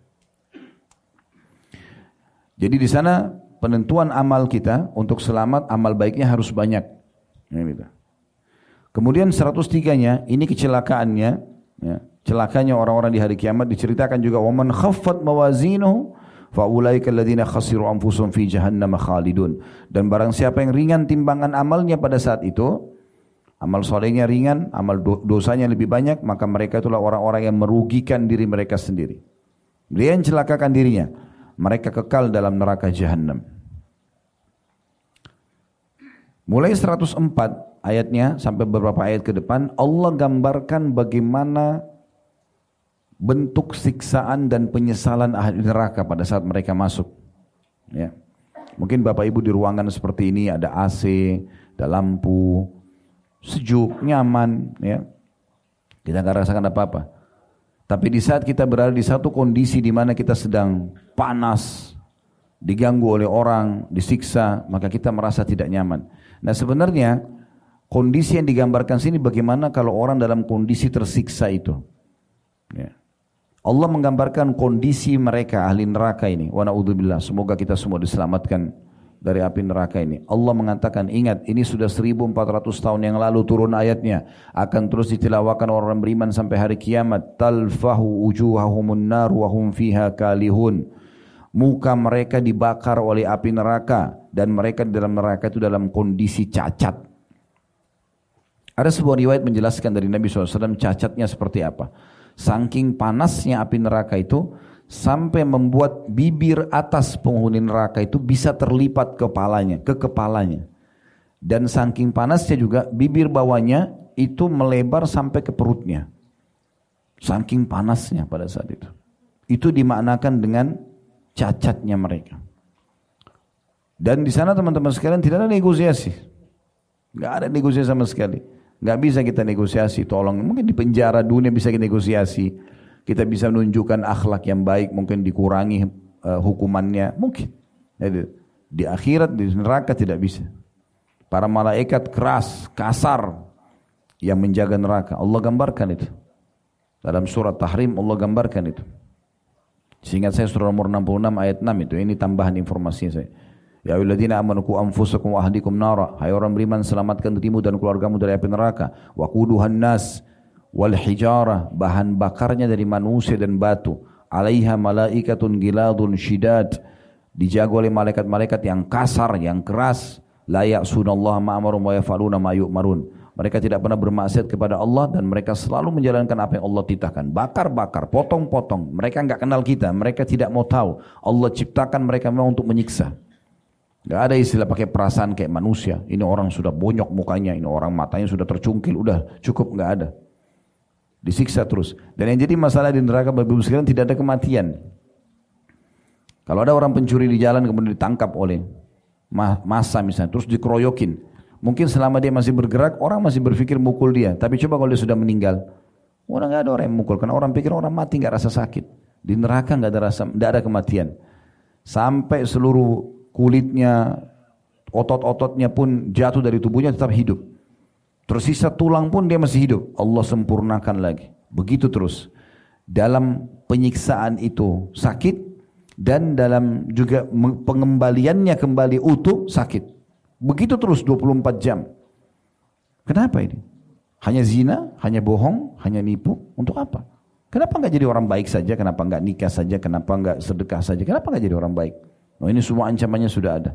Jadi di sana penentuan amal kita untuk selamat, amal baiknya harus banyak. Kemudian 103-nya, ini kecelakaannya, ya, celakanya orang-orang di hari kiamat diceritakan juga, waman khaffat mawazinuhu faulaika alladziina khasiru anfusahum fi jahannam khalidun. Dan barang siapa yang ringan timbangan amalnya pada saat itu, amal solehnya ringan, amal dosanya lebih banyak, maka mereka itulah orang-orang yang merugikan diri mereka sendiri. Dia yang celakakan dirinya, mereka kekal dalam neraka jahannam. Mulai 104 ayatnya sampai beberapa ayat ke depan, Allah gambarkan bagaimana bentuk siksaan dan penyesalan ahli neraka pada saat mereka masuk. Ya. Mungkin Bapak Ibu di ruangan seperti ini ada AC, ada lampu, sejuk, nyaman, ya. Kita nggak rasakan apa-apa. Tapi di saat kita berada di satu kondisi di mana kita sedang panas, diganggu oleh orang, disiksa, maka kita merasa tidak nyaman. Nah sebenarnya kondisi yang digambarkan sini bagaimana kalau orang dalam kondisi tersiksa itu. Ya. Allah menggambarkan kondisi mereka ahli neraka ini. Wa na'udzubillah, semoga kita semua diselamatkan dari api neraka ini. Allah mengatakan, ingat ini sudah 1400 tahun yang lalu turun ayatnya, akan terus ditilawakan orang beriman sampai hari kiamat. Talfahu wujuhahumun nar wa hum fiha kalihun. Muka mereka dibakar oleh api neraka dan mereka di dalam neraka itu dalam kondisi cacat. Ada sebuah riwayat menjelaskan dari Nabi SAW cacatnya seperti apa. Saking panasnya api neraka itu sampai membuat bibir atas penghuni neraka itu bisa terlipat ke kepalanya. Dan saking panasnya juga bibir bawahnya itu melebar sampai ke perutnya. Saking panasnya pada saat itu. Itu dimaknakan dengan cacatnya mereka. Dan di sana teman-teman sekalian tidak ada negosiasi. Enggak ada negosiasi sama sekali. Enggak bisa kita negosiasi, tolong. Mungkin di penjara dunia bisa kita negosiasi. Kita bisa menunjukkan akhlak yang baik, mungkin dikurangi hukumannya, mungkin. Jadi, di akhirat, di neraka tidak bisa. Para malaikat keras, kasar yang menjaga neraka. Allah gambarkan itu. Dalam surat Tahrim Allah gambarkan itu. Seingat saya surah nomor 66 ayat 6 itu. Ini tambahan informasinya saya. Ya ayyuhalladzina amanu qu anfusakum wa ahlikum nara. Hai orang beriman, selamatkan dirimu dan keluargamu dari api neraka. Wa quduhan nas wal hijarah, bahan bakarnya dari manusia dan batu. Alaiha malaikatun giladun syidad, dijaga oleh malaikat-malaikat yang kasar, yang keras. La ya'sunallaha ma amarum wa yaf'aluna ma yu'marun. Mereka tidak pernah bermaksiat kepada Allah dan mereka selalu menjalankan apa yang Allah titahkan. Bakar-bakar, potong-potong. Mereka enggak kenal kita, mereka tidak mau tahu. Allah ciptakan mereka memang untuk menyiksa. Gak ada istilah pakai perasaan kayak manusia. Ini orang sudah bonyok mukanya, ini orang matanya sudah tercungkil, udah cukup, gak ada. Disiksa terus. Dan yang jadi masalah di neraka Bapak Ibu sekalian tidak ada kematian. Kalau ada orang pencuri di jalan kemudian ditangkap oleh massa misalnya, terus dikeroyokin. Mungkin selama dia masih bergerak, orang masih berpikir mukul dia. Tapi coba kalau dia sudah meninggal, orang gak ada orang yang mukul. Karena orang pikir orang mati gak rasa sakit. Di neraka gak ada kematian. Sampai seluruh kulitnya, otot-ototnya pun jatuh dari tubuhnya tetap hidup. Tersisa tulang pun dia masih hidup. Allah sempurnakan lagi. Begitu terus. Dalam penyiksaan itu sakit dan dalam juga pengembaliannya kembali utuh sakit. Begitu terus 24 jam. Kenapa ini? Hanya zina, hanya bohong, hanya nipu. Untuk apa? Kenapa enggak jadi orang baik saja? Kenapa enggak nikah saja? Kenapa enggak sedekah saja? Kenapa enggak jadi orang baik? Oh, ini semua ancamannya sudah ada.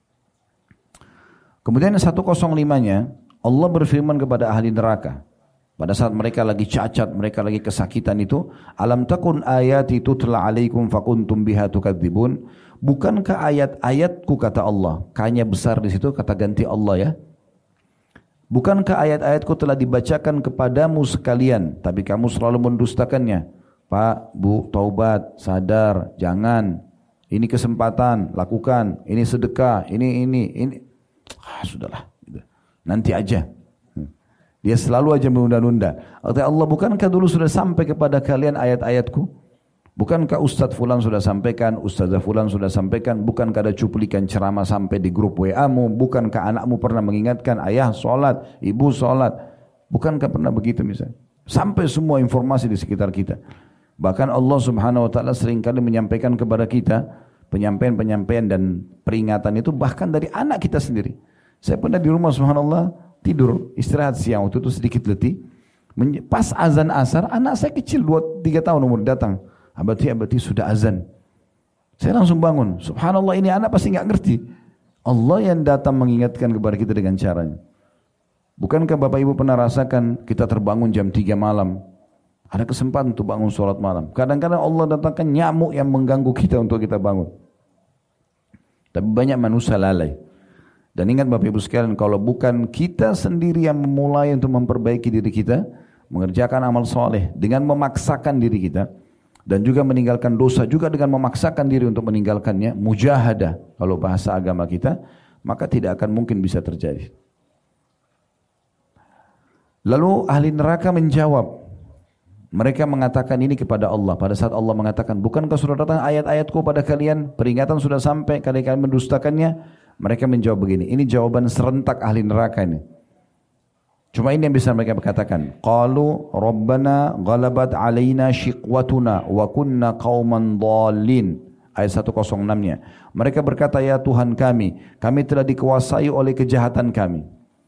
Kemudian 105-nya Allah berfirman kepada ahli neraka. Pada saat mereka lagi cacat, mereka lagi kesakitan itu, alam takun ayati tutla alaikum fakuntum biha tukadzibun. Bukankah ayat-ayatku kata Allah, kanya besar di situ kata ganti Allah ya. Bukankah ayat-ayatku telah dibacakan kepadamu sekalian, tapi kamu selalu mendustakannya. Pak, Bu, taubat, sadar, jangan. Ini kesempatan, lakukan. Ini sedekah, ini. Sudahlah, nanti aja. Dia selalu aja menunda-nunda. Kata Allah, bukankah dulu sudah sampai kepada kalian ayat-ayatku? Bukankah Ustadz Fulan sudah sampaikan, Ustazah Fulan sudah sampaikan? Bukankah ada cuplikan ceramah sampai di grup WA-mu? Bukankah anakmu pernah mengingatkan, ayah sholat, ibu sholat? Bukankah pernah begitu misalnya? Sampai semua informasi di sekitar kita. Bahkan Allah Subhanahu Wa Taala seringkali menyampaikan kepada kita penyampaian-penyampaian dan peringatan itu bahkan dari anak kita sendiri. Saya pernah di rumah subhanallah tidur, istirahat siang, waktu itu sedikit letih. Pas azan asar, anak saya kecil 2-3 tahun umur datang. Abati sudah azan. Saya langsung bangun. Subhanallah, ini anak pasti nggak ngerti. Allah yang datang mengingatkan kepada kita dengan caranya. Bukankah Bapak Ibu pernah rasakan kita terbangun jam 3 malam? Ada kesempatan untuk bangun sholat malam. Kadang-kadang Allah datangkan nyamuk yang mengganggu kita untuk kita bangun. Tapi banyak manusia lalai. Dan ingat Bapak Ibu sekalian, kalau bukan kita sendiri yang memulai untuk memperbaiki diri kita, mengerjakan amal soleh dengan memaksakan diri kita, dan juga meninggalkan dosa juga dengan memaksakan diri untuk meninggalkannya, mujahadah kalau bahasa agama kita, maka tidak akan mungkin bisa terjadi. Lalu ahli neraka menjawab, mereka mengatakan ini kepada Allah. Pada saat Allah mengatakan, bukankah sudah datang ayat-ayatku pada kalian, peringatan sudah sampai, kalian mendustakannya? Mereka menjawab begini, ini jawaban serentak ahli neraka ini. Cuma ini yang bisa mereka katakan. Qalu Rabbana ghalabat alaina shiqwatuna wa kunna qauman dhalin. Ayat 106-nya. Mereka berkata, ya Tuhan kami telah dikuasai oleh kejahatan kami.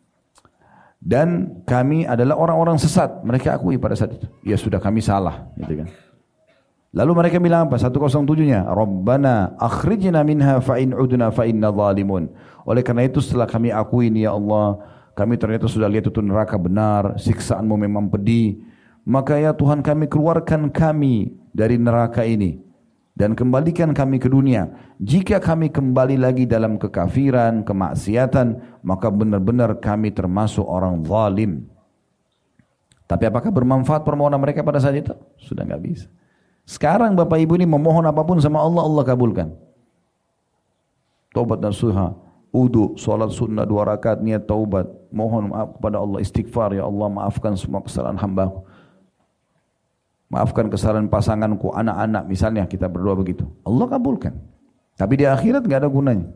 Dan kami adalah orang-orang sesat. Mereka akui pada saat itu. Ya sudah, kami salah, gitu kan. Lalu mereka bilang apa? 107-nya, Rabbana akhrijna minha fa in udna fa inna zalimun. Oleh karena itu setelah kami akui ini ya Allah, kami ternyata sudah lihat itu neraka benar, siksaanmu memang pedih. Maka ya Tuhan kami, keluarkan kami dari neraka ini dan kembalikan kami ke dunia. Jika kami kembali lagi dalam kekafiran, kemaksiatan, maka benar-benar kami termasuk orang zalim. Tapi apakah bermanfaat permohonan mereka pada saat itu? Sudah enggak bisa. Sekarang Bapak Ibu ini memohon apapun sama Allah, Allah kabulkan. Taubat nasuha, wudu, salat sunnah 2 rakaat, niat taubat, mohon maaf kepada Allah, istighfar, ya Allah maafkan semua kesalahan hamba-Mu. Maafkan kesalahan pasanganku, anak-anak, misalnya kita berdoa begitu. Allah kabulkan. Tapi di akhirat enggak ada gunanya.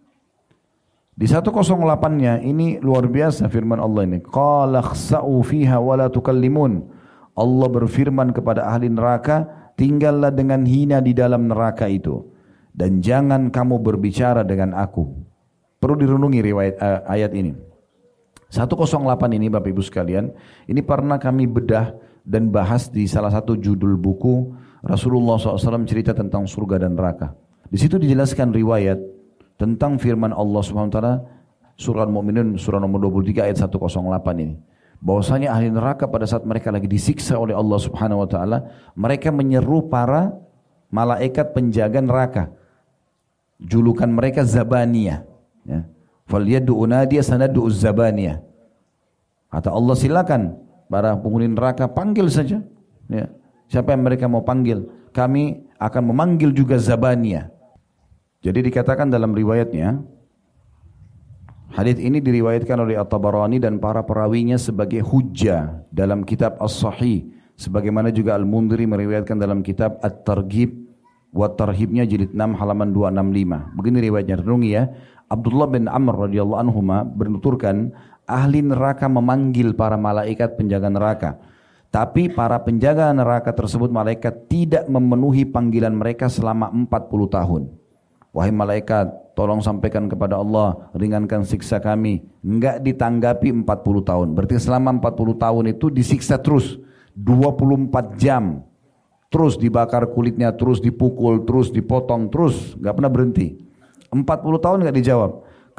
Di 108-nya ini luar biasa firman Allah ini. Qala khsa'u fiha wa la tukallimun. Allah berfirman kepada ahli neraka, tinggallah dengan hina di dalam neraka itu dan jangan kamu berbicara dengan aku. Perlu direnungi riwayat ayat ini. 108 ini Bapak Ibu sekalian, ini pernah kami bedah dan bahas di salah satu judul buku Rasulullah SAW cerita tentang surga dan neraka. Di situ dijelaskan riwayat tentang firman Allah SWT surah Al-Mu'minun surah nomor 23 ayat 108 ini. Bahwasanya ahli neraka pada saat mereka lagi disiksa oleh Allah Subhanahu wa taala, mereka menyeru para malaikat penjaga neraka. Julukan mereka Zabaniyah, ya. Falyad'u unadiya sanad'u Zabaniyah. Kata Allah, silakan para penghuni neraka panggil saja, ya. Siapa yang mereka mau panggil? Kami akan memanggil juga Zabaniyah. Jadi dikatakan dalam riwayatnya, hadits ini diriwayatkan oleh At-Tabarani dan para perawinya sebagai hujjah dalam kitab As-Sahih. Sebagaimana juga Al-Mundhiri meriwayatkan dalam kitab At-Targhib wa Tarhibnya jilid 6 halaman 265. Begini riwayatnya, renungi ya. Abdullah bin Amr radhiyallahu anhuma menuturkan, ahli neraka memanggil para malaikat penjaga neraka. Tapi para penjaga neraka tersebut malaikat tidak memenuhi panggilan mereka selama 40 tahun. Wahai malaikat, tolong sampaikan kepada Allah, ringankan siksa kami. Enggak ditanggapi 40 tahun. Berarti selama 40 tahun itu disiksa terus. 24 jam. Terus dibakar kulitnya, terus dipukul, terus dipotong, terus. Enggak pernah berhenti. 40 tahun enggak dijawab.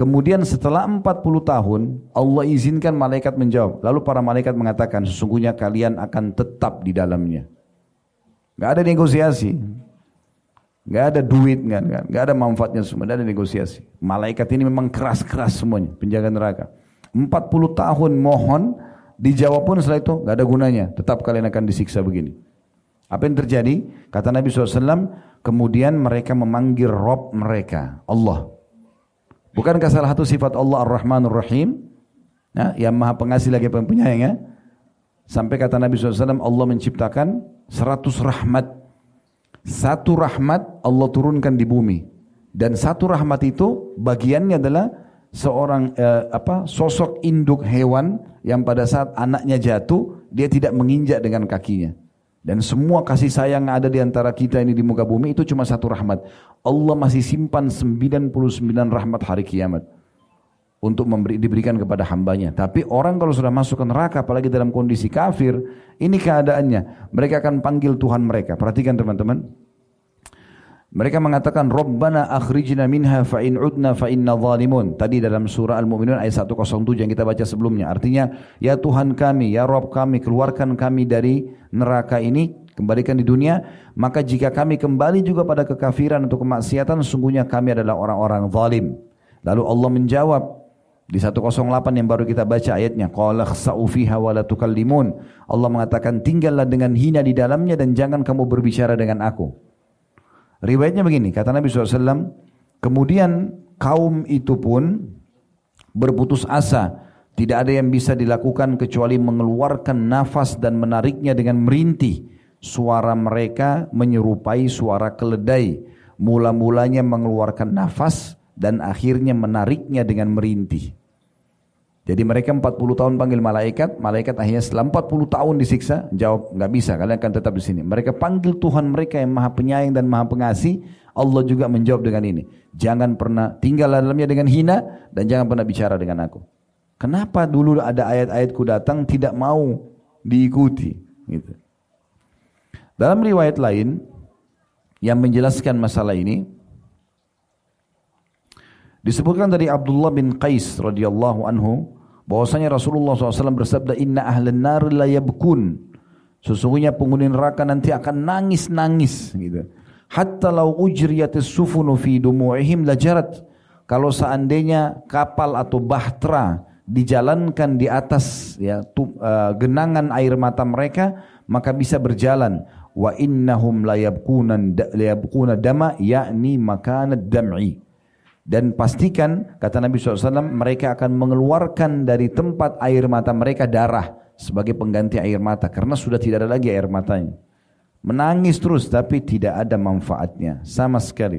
Kemudian setelah 40 tahun Allah izinkan malaikat menjawab. Lalu para malaikat mengatakan sesungguhnya kalian akan tetap di dalamnya. Gak ada negosiasi. Gak ada duit, gak ada manfaatnya semua, gak ada negosiasi. Malaikat ini memang keras-keras semuanya, penjaga neraka. 40 tahun mohon, dijawab pun setelah itu gak ada gunanya. Tetap kalian akan disiksa begini. Apa yang terjadi? Kata Nabi SAW, kemudian mereka memanggil Rabb mereka, Allah. Bukankah salah satu sifat Allah Ar-Rahman Ar-Rahim? Nah, yang maha pengasih lagi penyayang ya. Sampai kata Nabi SAW, Allah menciptakan 100 rahmat. Satu rahmat Allah turunkan di bumi. Dan satu rahmat itu bagiannya adalah seorang sosok induk hewan yang pada saat anaknya jatuh, dia tidak menginjak dengan kakinya. Dan semua kasih sayang yang ada di antara kita ini di muka bumi itu cuma satu rahmat. Allah masih simpan 99 rahmat hari kiamat untuk diberikan kepada hambanya. Tapi orang kalau sudah masuk ke neraka, apalagi dalam kondisi kafir, ini keadaannya. Mereka akan panggil Tuhan mereka. Perhatikan teman-teman. Mereka mengatakan, Rabbana akhrijna minha fa'in udna fa'inna zalimun. Tadi dalam surah Al-Mu'minun ayat 107 yang kita baca sebelumnya. Artinya, ya Tuhan kami, ya Rabb kami, keluarkan kami dari neraka ini, kembalikan di dunia. Maka jika kami kembali juga pada kekafiran atau kemaksiatan, sesungguhnya kami adalah orang-orang zalim. Lalu Allah menjawab di 108 yang baru kita baca ayatnya, qala khsa'u fiha wa la tukallimun. Allah mengatakan, tinggallah dengan hina di dalamnya dan jangan kamu berbicara dengan aku. Riwayatnya begini, kata Nabi SAW, kemudian kaum itu pun berputus asa. Tidak ada yang bisa dilakukan kecuali mengeluarkan nafas dan menariknya dengan merintih. Suara mereka menyerupai suara keledai. Mula-mulanya mengeluarkan nafas dan akhirnya menariknya dengan merintih. Jadi mereka 40 tahun panggil malaikat, malaikat akhirnya setelah 40 tahun disiksa, jawab, nggak bisa, kalian akan tetap di sini. Mereka panggil Tuhan mereka yang maha penyayang dan maha pengasih, Allah juga menjawab dengan ini. Jangan pernah tinggal dalamnya dengan hina dan jangan pernah bicara dengan aku. Kenapa dulu ada ayat-ayatku datang tidak mau diikuti? Gitu. Dalam riwayat lain yang menjelaskan masalah ini, disebutkan dari Abdullah bin Qais radhiyallahu anhu bahwasanya Rasulullah SAW bersabda, Inna ahlan nar la yabkun. Sesungguhnya penghuni neraka nanti akan nangis-nangis gitu. Hatta law ujriyatis sufunu fi dumu'ihim lajarat. Kalau seandainya kapal atau bahtera dijalankan di atas genangan air mata mereka, maka bisa berjalan. Wa innahum la yabkuna dama, yakni makanad dam'i. Dan pastikan, kata Nabi SAW, mereka akan mengeluarkan dari tempat air mata mereka darah sebagai pengganti air mata. Karena sudah tidak ada lagi air matanya. Menangis terus tapi tidak ada manfaatnya sama sekali.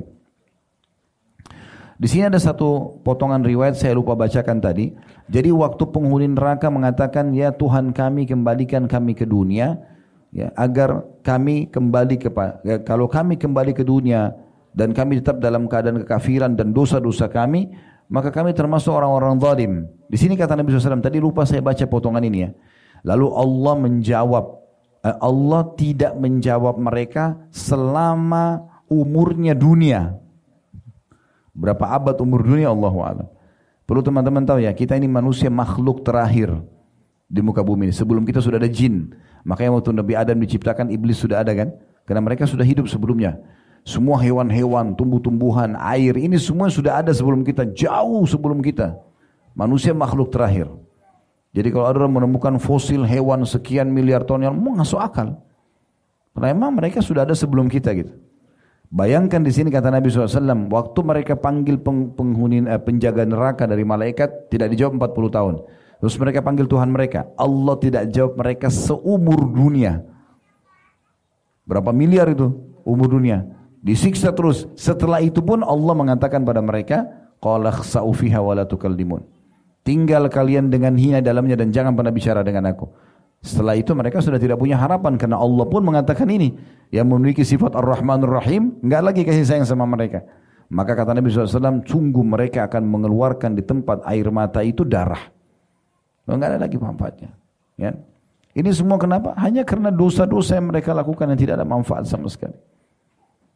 Di sini ada satu potongan riwayat saya lupa bacakan tadi. Jadi waktu penghuni neraka mengatakan, ya Tuhan kami, kembalikan kami ke dunia, ya, agar kami kembali kalau kami kembali ke dunia dan kami tetap dalam keadaan kekafiran dan dosa-dosa kami, maka kami termasuk orang-orang zalim. Di sini kata Nabi SAW, tadi lupa saya baca potongan ini ya. Lalu Allah menjawab, Allah tidak menjawab mereka selama umurnya dunia. Berapa abad umur dunia Allahu a'lam. Perlu teman-teman tahu ya, kita ini manusia makhluk terakhir di muka bumi ini. Sebelum kita sudah ada jin. Makanya waktu Nabi Adam diciptakan, iblis sudah ada kan? Karena mereka sudah hidup sebelumnya. Semua hewan-hewan, tumbuh-tumbuhan, air, ini semua sudah ada sebelum kita, jauh sebelum kita. Manusia makhluk terakhir. Jadi kalau ada orang menemukan fosil hewan sekian miliar tahun yang masuk akal. Karena memang mereka sudah ada sebelum kita gitu. Bayangkan di sini kata Nabi SAW, waktu mereka panggil penjaga neraka dari malaikat, tidak dijawab 40 tahun. Terus mereka panggil Tuhan mereka, Allah tidak jawab mereka seumur dunia. Berapa miliar itu umur dunia? Disiksa terus. Setelah itu pun Allah mengatakan pada mereka, qala khsa'u fiha wa la tukallimun. Tinggal kalian dengan hina dalamnya dan jangan pernah bicara dengan aku. Setelah itu mereka sudah tidak punya harapan karena Allah pun mengatakan ini, yang memiliki sifat Ar-Rahman Ar-Rahim, enggak lagi kasih sayang sama mereka. Maka kata Nabi SAW, sungguh mereka akan mengeluarkan di tempat air mata itu darah. Enggak ada lagi manfaatnya. Ya. Ini semua kenapa? Hanya karena dosa-dosa yang mereka lakukan yang tidak ada manfaat sama sekali.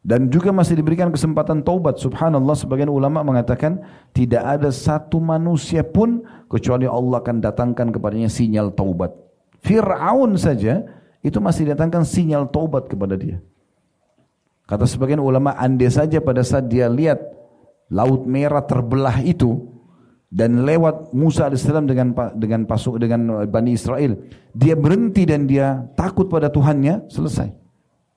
Dan juga masih diberikan kesempatan taubat. Subhanallah, sebagian ulama mengatakan tidak ada satu manusia pun kecuali Allah akan datangkan kepadanya sinyal taubat. Fir'aun saja itu masih datangkan sinyal taubat kepada dia. Kata sebagian ulama, andai saja pada saat dia lihat Laut Merah terbelah itu dan lewat Musa AS dengan Bani Israel, dia berhenti dan dia takut pada Tuhannya, selesai.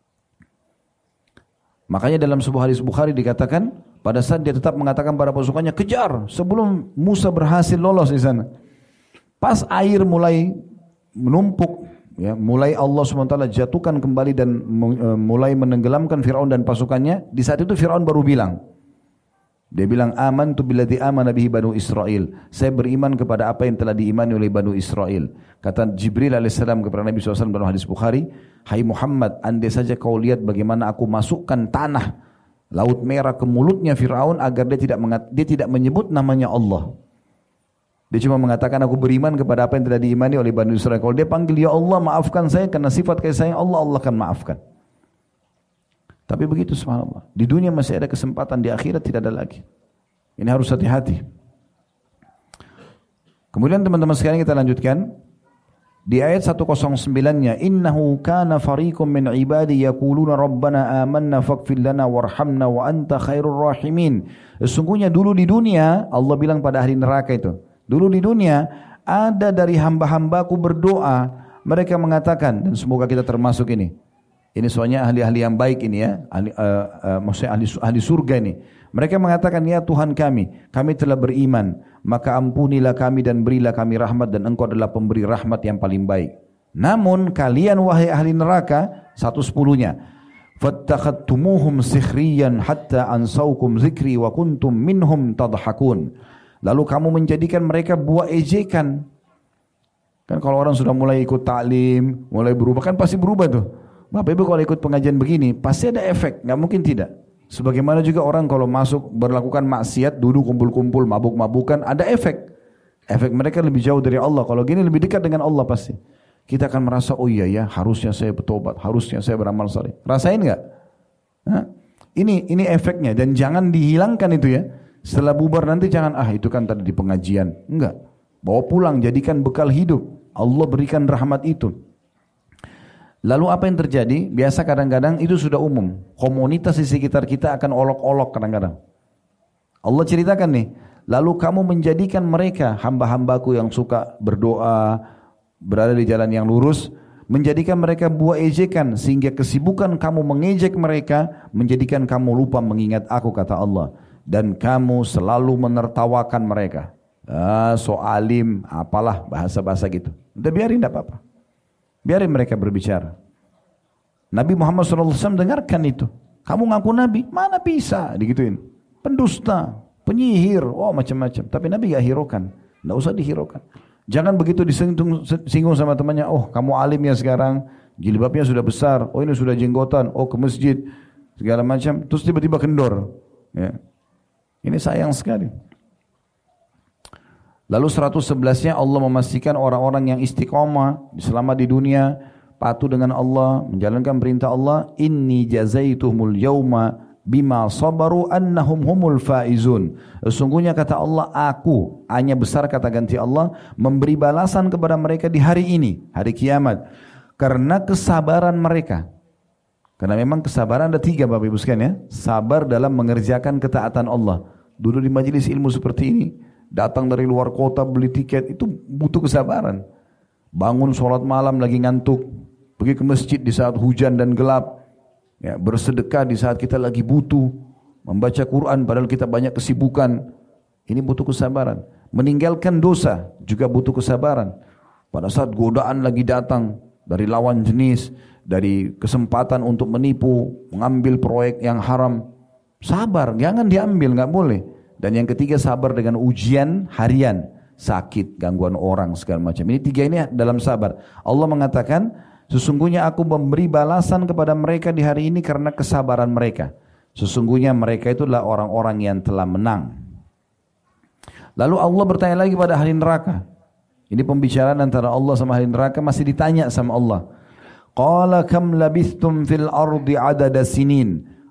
Makanya dalam sebuah hadis Bukhari dikatakan pada saat dia tetap mengatakan pada pasukannya kejar sebelum Musa berhasil lolos di sana. Pas air mulai menumpuk, ya, mulai Allah SWT jatuhkan kembali dan mulai menenggelamkan Fir'aun dan pasukannya. Di saat itu Fir'aun baru bilang, dia bilang, amantu billadzi amana bihi Banu Israel. Saya beriman kepada apa yang telah diimani oleh Banu Israel. Kata Jibril alaihissalam kepada Nabi SAW dalam hadis Bukhari, hai Muhammad, andai saja kau lihat bagaimana aku masukkan tanah Laut Merah ke mulutnya Fir'aun agar dia tidak menyebut namanya Allah. Dia cuma mengatakan aku beriman kepada apa yang telah diimani oleh Banu Israel. Kalau dia panggil ya Allah maafkan saya karena sifat kasih sayang Allah, Allah akan maafkan. Tapi begitu subhanallah. Di dunia masih ada kesempatan, di akhirat tidak ada lagi. Ini harus hati-hati. Kemudian teman-teman sekalian kita lanjutkan. Di ayat 109-nya, innahu kana fariqum min ibadi yaquluna rabbana amanna faghfir lana warhamna wa anta khairur rahimin. Sesungguhnya dulu di dunia, Allah bilang pada ahli neraka itu, dulu di dunia ada dari hamba-hambaku berdoa, mereka mengatakan, dan semoga kita termasuk ini. Ini soalnya ahli-ahli yang baik ini ya, maksudnya ahli surga ini. Mereka mengatakan, ya Tuhan kami telah beriman, maka ampunilah kami dan berilah kami rahmat dan Engkau adalah pemberi rahmat yang paling baik. Namun kalian wahai ahli neraka, 110-nya, fattakhadtumuhum sikhriyan hatta ansaukum zikri wa kuntum minhum tadhakun. Lalu kamu menjadikan mereka buah ejekan. Kan kalau orang sudah mulai ikut taklim, mulai berubah, kan pasti berubah tuh. Bapak Ibu kalau ikut pengajian begini pasti ada efek, nggak mungkin tidak. Sebagaimana juga orang kalau masuk berlakukan maksiat, duduk kumpul-kumpul, mabuk-mabukan, ada efek. Efek mereka lebih jauh dari Allah. Kalau gini lebih dekat dengan Allah pasti. Kita akan merasa, oh iya ya, harusnya saya bertobat, harusnya saya beramal saleh. Rasain nggak? Ini efeknya dan jangan dihilangkan itu ya. Setelah bubar nanti jangan, itu kan tadi di pengajian. Enggak. Bawa pulang, jadikan bekal hidup. Allah berikan rahmat itu. Lalu apa yang terjadi? Biasa kadang-kadang itu sudah umum. Komunitas di sekitar kita akan olok-olok kadang-kadang. Allah ceritakan nih, lalu kamu menjadikan mereka, hamba-hambaku yang suka berdoa, berada di jalan yang lurus, menjadikan mereka buah ejekan, sehingga kesibukan kamu mengejek mereka, menjadikan kamu lupa mengingat aku, kata Allah. Dan kamu selalu menertawakan mereka. So alim, apalah bahasa-bahasa gitu. Udah biarin, tidak apa-apa. Biarin mereka berbicara. Nabi Muhammad SAW dengarkan itu. Kamu ngaku Nabi? Mana bisa? Digituin. Pendusta, penyihir, macam-macam. Tapi Nabi gak hiraukan. Tidak usah dihiraukan. Jangan begitu disinggung sama temannya. Oh kamu alim ya sekarang. Jilbabnya sudah besar. Oh ini sudah jenggotan. Oh ke masjid. Segala macam. Terus tiba-tiba kendor. Ya. Ini sayang sekali. Lalu 111-nya Allah memastikan orang-orang yang istiqomah, selama di dunia, patuh dengan Allah, menjalankan perintah Allah, inni jazaituhumul yauma bima sabaru annahum humul faizun. Sesungguhnya kata Allah, aku, hanya besar kata ganti Allah, memberi balasan kepada mereka di hari ini, hari kiamat, karena kesabaran mereka. Karena memang kesabaran ada 3 Bapak Ibu sekalian ya. Sabar dalam mengerjakan ketaatan Allah. Dulu di majelis ilmu seperti ini, datang dari luar kota beli tiket itu butuh kesabaran. Bangun sholat malam lagi ngantuk, pergi ke masjid di saat hujan dan gelap, ya, bersedekah di saat kita lagi butuh, membaca Quran padahal kita banyak kesibukan. Ini butuh kesabaran. Meninggalkan dosa juga butuh kesabaran. Pada saat godaan lagi datang dari lawan jenis, dari kesempatan untuk menipu, mengambil proyek yang haram, sabar, jangan diambil, nggak boleh. Dan yang ketiga sabar dengan ujian harian, sakit, gangguan orang segala macam. Ini 3 ini dalam sabar. Allah mengatakan, sesungguhnya aku memberi balasan kepada mereka di hari ini karena kesabaran mereka. Sesungguhnya mereka itulah orang-orang yang telah menang. Lalu Allah bertanya lagi pada ahli neraka. Ini pembicaraan antara Allah sama ahli neraka, masih ditanya sama Allah. Qala kam labithtum fil ardi adada sinin.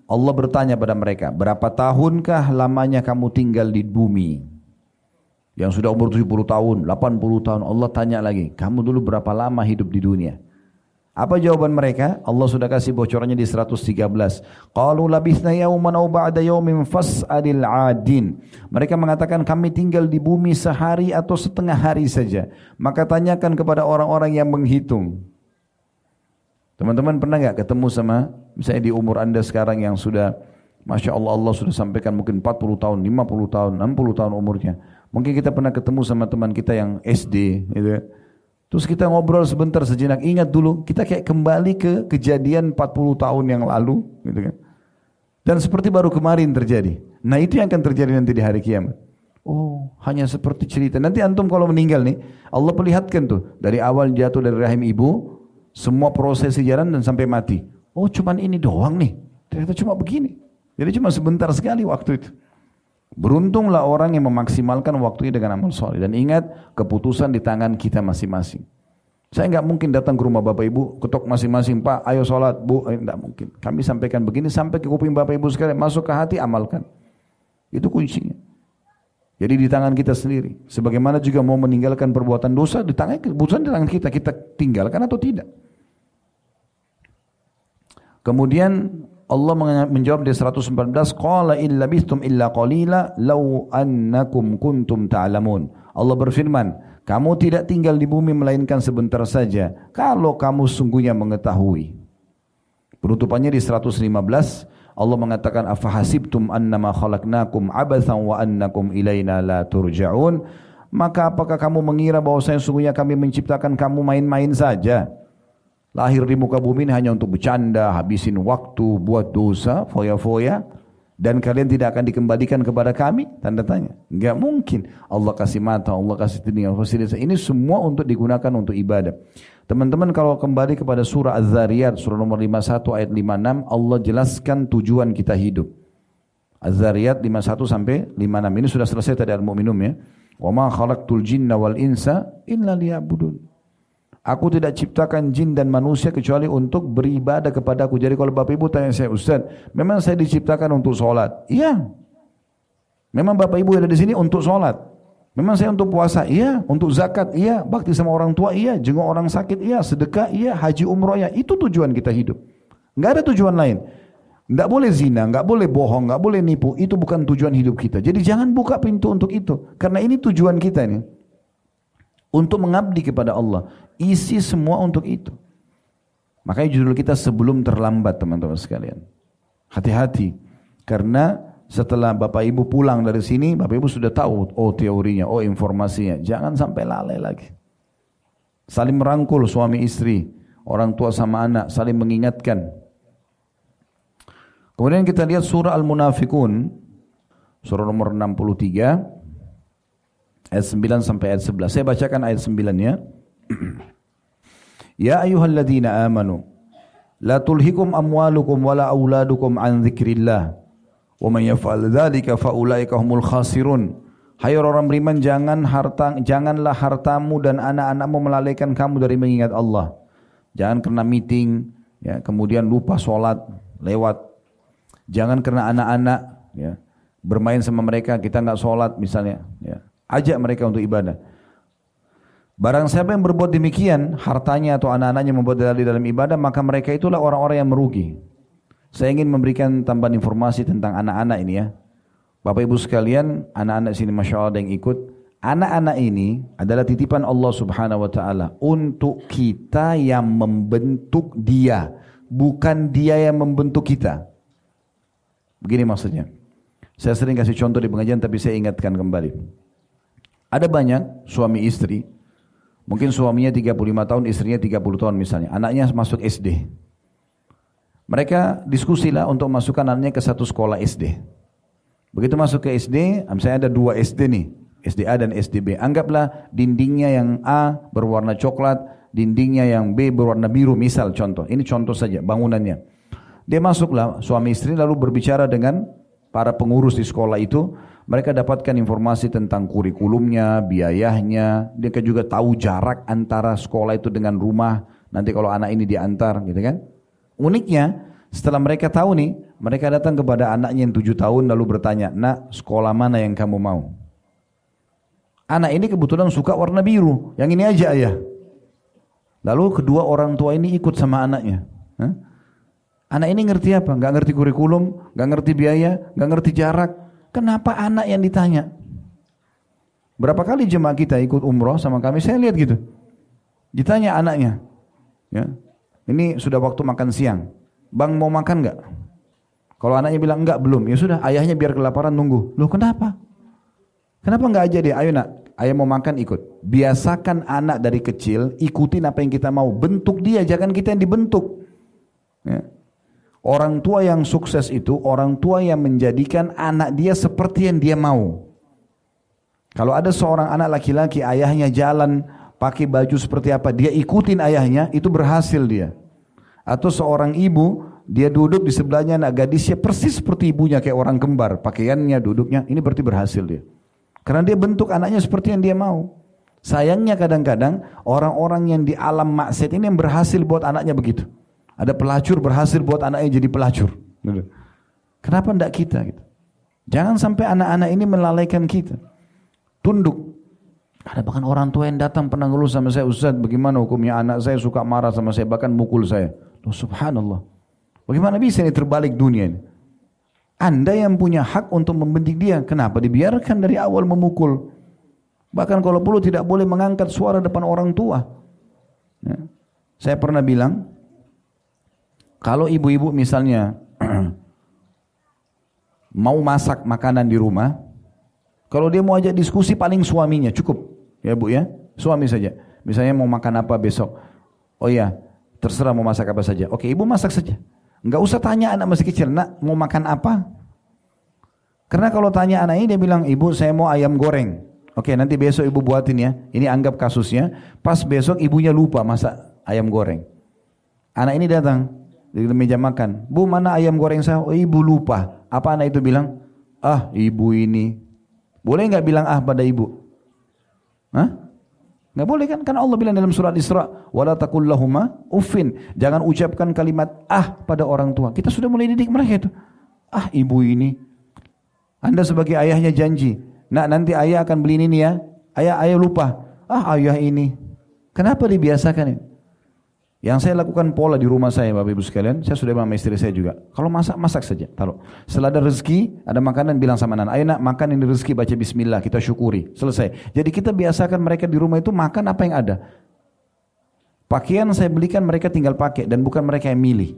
Allah bertanya pada mereka, berapa tahunkah lamanya kamu tinggal di bumi? Yang sudah umur 70 tahun, 80 tahun, Allah tanya lagi, kamu dulu berapa lama hidup di dunia? Apa jawaban mereka? Allah sudah kasih bocorannya di 113. Qalu labithna yawman aw ba'da yawmin fas'alil 'adin. Mereka mengatakan kami tinggal di bumi sehari atau setengah hari saja. Maka tanyakan kepada orang-orang yang menghitung. Teman-teman pernah enggak ketemu sama misalnya di umur Anda sekarang yang sudah Masya Allah, Allah sudah sampaikan mungkin 40 tahun, 50 tahun, 60 tahun umurnya. Mungkin kita pernah ketemu sama teman kita yang SD gitu. Terus kita ngobrol sebentar sejenak, ingat dulu kita kayak kembali ke kejadian 40 tahun yang lalu gitu kan. Dan seperti baru kemarin terjadi. Nah itu yang akan terjadi nanti di hari kiamat. Oh hanya seperti cerita. Nanti antum kalau meninggal nih, Allah perlihatkan tuh dari awal jatuh dari rahim ibu, semua prosesi jalan dan sampai mati. Oh cuman ini doang nih, ternyata cuma begini. Jadi cuma sebentar sekali waktu itu. Beruntunglah orang yang memaksimalkan waktunya dengan amal soleh. Dan ingat, keputusan di tangan kita masing-masing. Saya enggak mungkin datang ke rumah Bapak Ibu, ketok masing-masing, Pak ayo sholat, Bu, enggak mungkin. Kami sampaikan begini sampai ke kuping Bapak Ibu sekalian, masuk ke hati, amalkan. Itu kuncinya. Jadi di tangan kita sendiri. Sebagaimana juga mau meninggalkan perbuatan dosa, keputusan di tangan kita, kita tinggalkan atau tidak. Kemudian Allah menjawab di 114, qala in labithtum illa qalila law annakum kuntum ta'lamun. Allah berfirman, kamu tidak tinggal di bumi melainkan sebentar saja kalau kamu sungguhnya mengetahui. Penutupannya di 115, Allah mengatakan afahasibtum annama khalaqnakum abathan wa annakum ilaina la turja'un. Maka apakah kamu mengira bahwasanya sungguhnya kami menciptakan kamu main-main saja? Lahir di muka bumi ini hanya untuk bercanda, habisin waktu, buat dosa, foya-foya, dan kalian tidak akan dikembalikan kepada kami? Tanda tanya. Enggak mungkin. Allah kasih mata, Allah kasih telinga, ini semua untuk digunakan untuk ibadah. Teman-teman kalau kembali kepada surah Az-Zariyat, surah nomor 51 ayat 56, Allah jelaskan tujuan kita hidup. Az-Zariyat 51 sampai 56. Ini sudah selesai tadi Al-Mu'minun ya. Wa ma khalaqtul jinna wal insa illa liya'budun. Aku tidak ciptakan jin dan manusia kecuali untuk beribadah kepadaku. Jadi kalau Bapak Ibu tanya saya, Ustaz, memang saya diciptakan untuk sholat? Iya. Memang Bapak Ibu ada di sini untuk sholat? Memang saya untuk puasa? Iya. Untuk zakat? Iya. Bakti sama orang tua? Iya. Jenguk orang sakit? Iya. Sedekah? Iya. Haji umroh? Iya. Itu tujuan kita hidup. Enggak ada tujuan lain. Enggak boleh zina, enggak boleh bohong, enggak boleh nipu. Itu bukan tujuan hidup kita. Jadi jangan buka pintu untuk itu. Karena ini tujuan kita nih. Untuk mengabdi kepada Allah. Isi semua untuk itu. Makanya judul kita sebelum terlambat teman-teman sekalian. Hati-hati. Karena setelah Bapak Ibu pulang dari sini, Bapak Ibu sudah tahu oh teorinya, oh informasinya. Jangan sampai lalai lagi. Saling merangkul suami istri, orang tua sama anak, saling mengingatkan. Kemudian kita lihat surah Al-Munafikun, surah nomor 63. Ayat 9 sampai ayat 11. Saya bacakan ayat 9-nya. Ya ayyuhalladzina amanu la tulhikum amwalukum wala auladukum an dzikrillah wa man yaf'al dzalika faulaika humul khasirun. Hai orang beriman, janganlah hartamu dan anak-anakmu melalaikan kamu dari mengingat Allah. Jangan karena meeting ya, kemudian lupa sholat lewat. Jangan karena anak-anak ya, bermain sama mereka kita enggak sholat misalnya ya. Ajak mereka untuk ibadah. Barang siapa yang berbuat demikian, hartanya atau anak-anaknya membuat dalil dalam ibadah, maka mereka itulah orang-orang yang merugi. Saya ingin memberikan tambahan informasi tentang anak-anak ini ya. Bapak Ibu sekalian, anak-anak sini Masya Allah ada yang ikut. Anak-anak ini adalah titipan Allah Subhanahu Wa Taala untuk kita yang membentuk dia, bukan dia yang membentuk kita. Begini maksudnya. Saya sering kasih contoh di pengajian, tapi saya ingatkan kembali. Ada banyak suami istri, mungkin suaminya 35 tahun, istrinya 30 tahun misalnya. Anaknya masuk SD. Mereka diskusilah untuk masukkan anaknya ke satu sekolah SD. Begitu masuk ke SD, misalnya ada 2 SD nih, SDA dan SDB. Anggaplah dindingnya yang A berwarna coklat, dindingnya yang B berwarna biru, misal contoh. Ini contoh saja bangunannya. Dia masuklah suami istri lalu berbicara dengan para pengurus di sekolah itu. Mereka dapatkan informasi tentang kurikulumnya, biayanya. Dia juga tahu jarak antara sekolah itu dengan rumah. Nanti kalau anak ini diantar, gitu kan? Uniknya, Setelah mereka tahu nih, mereka datang kepada anaknya yang 7 tahun lalu bertanya, nak, sekolah mana yang kamu mau? Anak ini kebetulan suka warna biru, yang ini aja ayah. Lalu kedua orang tua ini ikut sama anaknya. Hah? Anak ini ngerti apa? Gak ngerti kurikulum, gak ngerti biaya, gak ngerti jarak. Kenapa anak yang ditanya? Berapa kali jemaah kita ikut umroh sama kami, saya lihat gitu. Ditanya anaknya, ya, ini sudah waktu makan siang. Bang mau makan gak? Kalau anaknya bilang enggak, belum. Ya sudah, ayahnya biar kelaparan nunggu. Loh kenapa? Kenapa enggak aja dia? Ayo nak, ayah mau makan ikut. Biasakan anak dari kecil ikutin apa yang kita mau. Bentuk dia, jangan kita yang dibentuk. Ya. Orang tua yang sukses itu orang tua yang menjadikan anak dia seperti yang dia mau. Kalau ada seorang anak laki-laki ayahnya jalan pakai baju seperti apa, dia ikutin ayahnya, itu berhasil dia. Atau seorang ibu, dia duduk di sebelahnya anak gadisnya persis seperti ibunya, kayak orang kembar, pakaiannya, duduknya, ini berarti berhasil dia. Karena dia bentuk anaknya seperti yang dia mau. Sayangnya kadang-kadang orang-orang yang di alam maksiat ini yang berhasil buat anaknya begitu. Ada pelacur berhasil buat anaknya jadi pelacur. Kenapa tidak kita? Jangan sampai anak-anak ini melalaikan kita. Tunduk. Ada bahkan orang tua yang datang pernah ngeluh sama saya, Ustaz, bagaimana hukumnya anak saya suka marah sama saya, bahkan mukul saya. Loh, subhanallah. Bagaimana bisa ini terbalik dunia ini? Anda yang punya hak untuk membendik dia, kenapa dibiarkan dari awal memukul? Bahkan kalau perlu tidak boleh mengangkat suara depan orang tua. Ya. Saya pernah bilang, kalau ibu-ibu misalnya mau masak makanan di rumah, kalau dia mau ajak diskusi paling suaminya, cukup. Ya bu ya, suami saja. Misalnya mau makan apa besok. Oh iya, terserah mau masak apa saja. Oke, ibu masak saja. Enggak usah tanya anak masih kecil, nak mau makan apa? Karena kalau tanya anak ini dia bilang, ibu saya mau ayam goreng. Oke, nanti besok ibu buatin ya. Ini anggap kasusnya, pas besok ibunya lupa masak ayam goreng. Anak ini datang di meja makan. Bu, mana ayam goreng saya? Oh, ibu lupa. Apa anak itu bilang? Ah, ibu ini. Boleh enggak bilang ah pada ibu? Hah? Enggak boleh kan? Karena Allah bilang dalam surat Isra, wala taqul lahuma uffin. Jangan ucapkan kalimat ah pada orang tua. Kita sudah mulai didik mereka itu. Ah, ibu ini. Anda sebagai ayahnya janji, nak nanti ayah akan beli ini ya. Ayah lupa. Ah, ayah ini. Kenapa dibiasakan ini? Yang saya lakukan pola di rumah saya, Bapak Ibu sekalian, saya sudah sama istri saya juga. Kalau masak saja. Taruh. Setelah ada rezeki, ada makanan, bilang sama anak, ayo nak makan ini rezeki, baca bismillah, kita syukuri. Selesai. Jadi kita biasakan mereka di rumah itu makan apa yang ada. Pakaian saya belikan mereka tinggal pakai dan bukan mereka yang milih.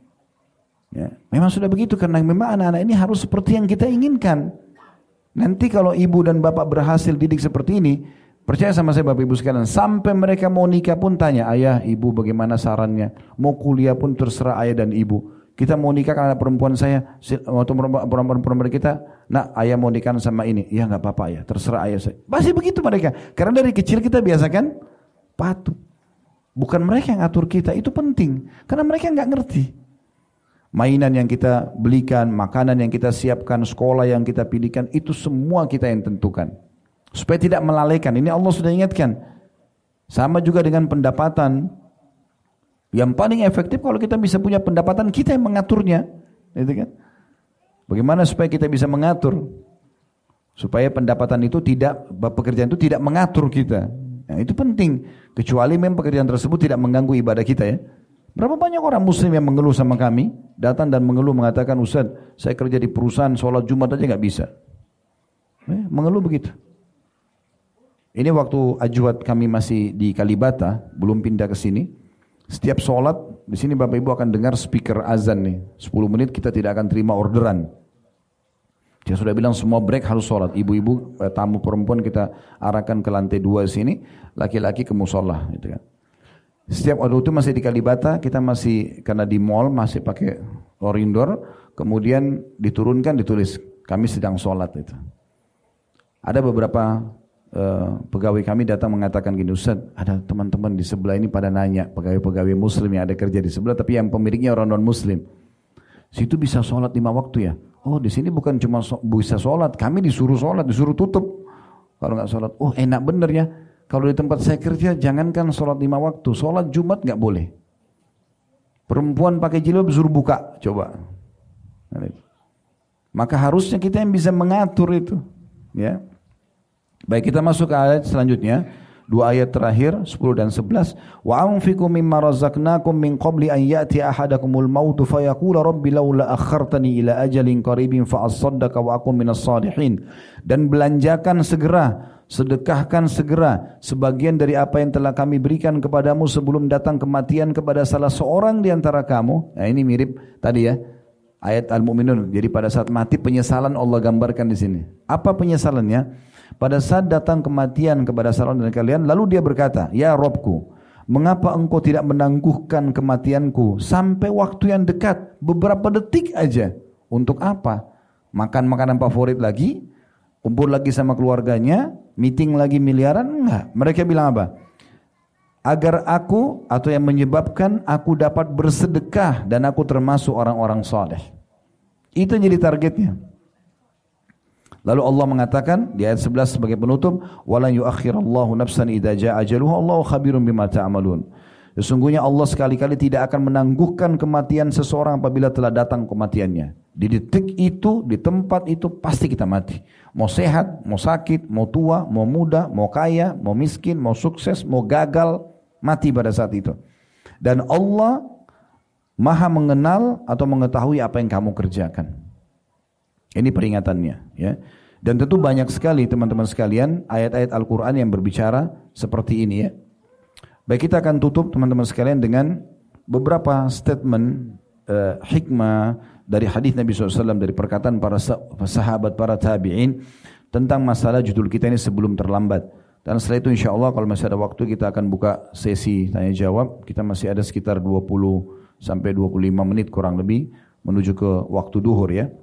Ya. Memang sudah begitu karena memang anak-anak ini harus seperti yang kita inginkan. Nanti kalau ibu dan bapak berhasil didik seperti ini, percaya sama saya Bapak Ibu sekalian, sampai mereka mau nikah pun tanya, ayah, ibu bagaimana sarannya? Mau kuliah pun terserah ayah dan ibu. Kita mau nikah karena perempuan saya, waktu perempuan kita, nak ayah mau nikah sama ini. Ya nggak apa-apa ya, terserah ayah saya. Masih begitu mereka. Karena dari kecil kita biasakan patuh. Bukan mereka yang atur kita, itu penting. Karena mereka nggak ngerti. Mainan yang kita belikan, makanan yang kita siapkan, sekolah yang kita pilihkan, itu semua kita yang tentukan. Supaya tidak melalaikan. Ini Allah sudah ingatkan. Sama juga dengan pendapatan. Yang paling efektif kalau kita bisa punya pendapatan, kita yang mengaturnya. Gitu kan? Bagaimana supaya kita bisa mengatur? Supaya pendapatan itu tidak, pekerjaan itu tidak mengatur kita. Nah, itu penting. Kecuali memang pekerjaan tersebut tidak mengganggu ibadah kita ya. Berapa banyak orang muslim yang mengeluh sama kami, datang dan mengeluh mengatakan, Ustaz, saya kerja di perusahaan, sholat Jumat aja nggak bisa. Mengeluh begitu. Ini waktu ajwad kami masih di Kalibata, belum pindah ke sini. Setiap sholat, di sini Bapak Ibu akan dengar speaker azan nih. 10 menit kita tidak akan terima orderan. Saya sudah bilang semua break harus sholat. Ibu-ibu, tamu perempuan kita arahkan ke lantai 2 sini, laki-laki ke musola. Gitu kan. Setiap waktu itu masih di Kalibata, kita masih, karena di mall masih pakai orindor, kemudian diturunkan ditulis, kami sedang sholat itu. Ada beberapa pegawai kami datang mengatakan gini, Ustaz, ada teman-teman di sebelah ini pada nanya, pegawai-pegawai muslim yang ada kerja di sebelah, tapi yang pemiliknya orang non-muslim. Situ bisa sholat 5 waktu ya? Oh di sini bukan cuma bisa sholat, kami disuruh sholat, disuruh tutup. Kalau nggak sholat, oh enak bener ya. Kalau di tempat saya kerja, jangankan sholat 5 waktu, sholat Jumat nggak boleh. Perempuan pakai jilbab suruh buka, coba. Maka harusnya kita yang bisa mengatur itu, ya. Baik, kita masuk ke ayat selanjutnya. Dua ayat terakhir 10 dan 11. Wa anfiqu mimma razaqnakum min qabli an ya'ti ahadakumul maut fa yaqula rabbi laula akhartani ila ajalin qaribin fa asaddaqa wa akun minas salihin. Dan belanjakan segera, sedekahkan segera sebagian dari apa yang telah kami berikan kepadamu sebelum datang kematian kepada salah seorang di antara kamu. Nah, ini mirip tadi ya, ayat Al-Mu'minun. Jadi pada saat mati penyesalan Allah gambarkan di sini. Apa penyesalannya? Pada saat datang kematian kepada salah dari kalian, lalu dia berkata, ya Robku, mengapa engkau tidak menangguhkan kematianku sampai waktu yang dekat, beberapa detik aja? Untuk apa? Makan makanan favorit lagi, kumpul lagi sama keluarganya, meeting lagi miliaran? Enggak. Mereka bilang apa? Agar aku, atau yang menyebabkan aku dapat bersedekah dan aku termasuk orang-orang saleh. Itu jadi targetnya. Lalu Allah mengatakan di ayat 11 sebagai penutup, "Walan yuakhirallahu nafsan idza jaa ajaluha, Allahu khabirun bima ta'malun." Sesungguhnya Allah sekali-kali tidak akan menangguhkan kematian seseorang apabila telah datang kematiannya. Di detik itu, di tempat itu pasti kita mati. Mau sehat, mau sakit, mau tua, mau muda, mau kaya, mau miskin, mau sukses, mau gagal, mati pada saat itu. Dan Allah Maha mengenal atau mengetahui apa yang kamu kerjakan. Ini peringatannya, ya. Dan tentu banyak sekali teman-teman sekalian ayat-ayat Al-Quran yang berbicara seperti ini, ya. Baik, kita akan tutup teman-teman sekalian dengan beberapa statement hikmah dari hadis Nabi SAW, dari perkataan para sahabat, para tabi'in tentang masalah judul kita ini sebelum terlambat. Dan setelah itu insya Allah kalau masih ada waktu kita akan buka sesi tanya jawab. Kita masih ada sekitar 20 sampai 25 menit kurang lebih menuju ke waktu duhur, ya.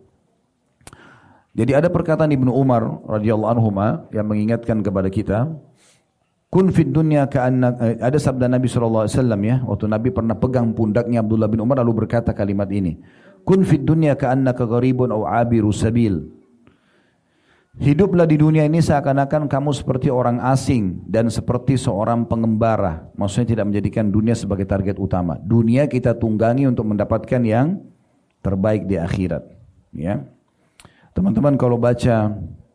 Jadi ada perkataan Ibnu Umar radhiyallahu anhuma yang mengingatkan kepada kita, kun fid dunya ka'anna, ada sabda Nabi sallallahu alaihi wasallam, ya, waktu Nabi pernah pegang pundaknya Abdullah bin Umar lalu berkata kalimat ini, kun fid dunya ka'annaka gharibun aw 'abiru sabil. Hiduplah di dunia ini seakan-akan kamu seperti orang asing dan seperti seorang pengembara. Maksudnya tidak menjadikan dunia sebagai target utama. Dunia kita tunggangi untuk mendapatkan yang terbaik di akhirat, ya. Teman-teman kalau baca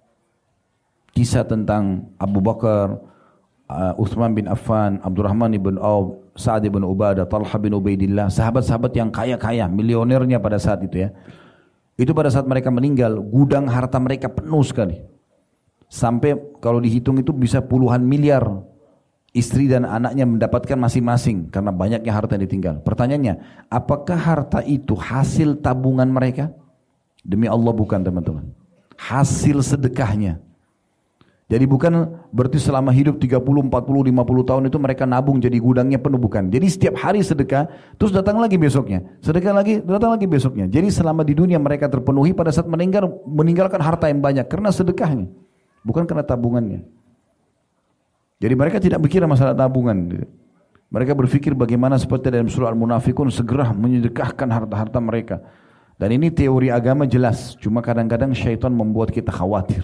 kisah tentang Abu Bakar, Uthman bin Affan, Abdurrahman bin Auf, Sa'ad bin Ubadah, Talha bin Ubaidillah, sahabat-sahabat yang kaya-kaya, milionernya pada saat itu, ya. Itu pada saat mereka meninggal, gudang harta mereka penuh sekali. Sampai kalau dihitung itu bisa puluhan miliar. Istri dan anaknya mendapatkan masing-masing karena banyaknya harta yang ditinggal. Pertanyaannya, apakah harta itu hasil tabungan mereka? Demi Allah bukan, teman-teman. Hasil sedekahnya. Jadi bukan berarti selama hidup 30, 40, 50 tahun itu mereka nabung jadi gudangnya penuh, bukan. Jadi setiap hari sedekah, terus datang lagi besoknya. Sedekah lagi, datang lagi besoknya. Jadi selama di dunia mereka terpenuhi, pada saat meninggalkan harta yang banyak karena sedekahnya. Bukan karena tabungannya. Jadi mereka tidak berpikir masalah tabungan. Mereka berpikir bagaimana seperti dalam surah Al-Munafikun segera menyedekahkan harta-harta mereka. Dan ini teori agama jelas, cuma kadang-kadang syaitan membuat kita khawatir.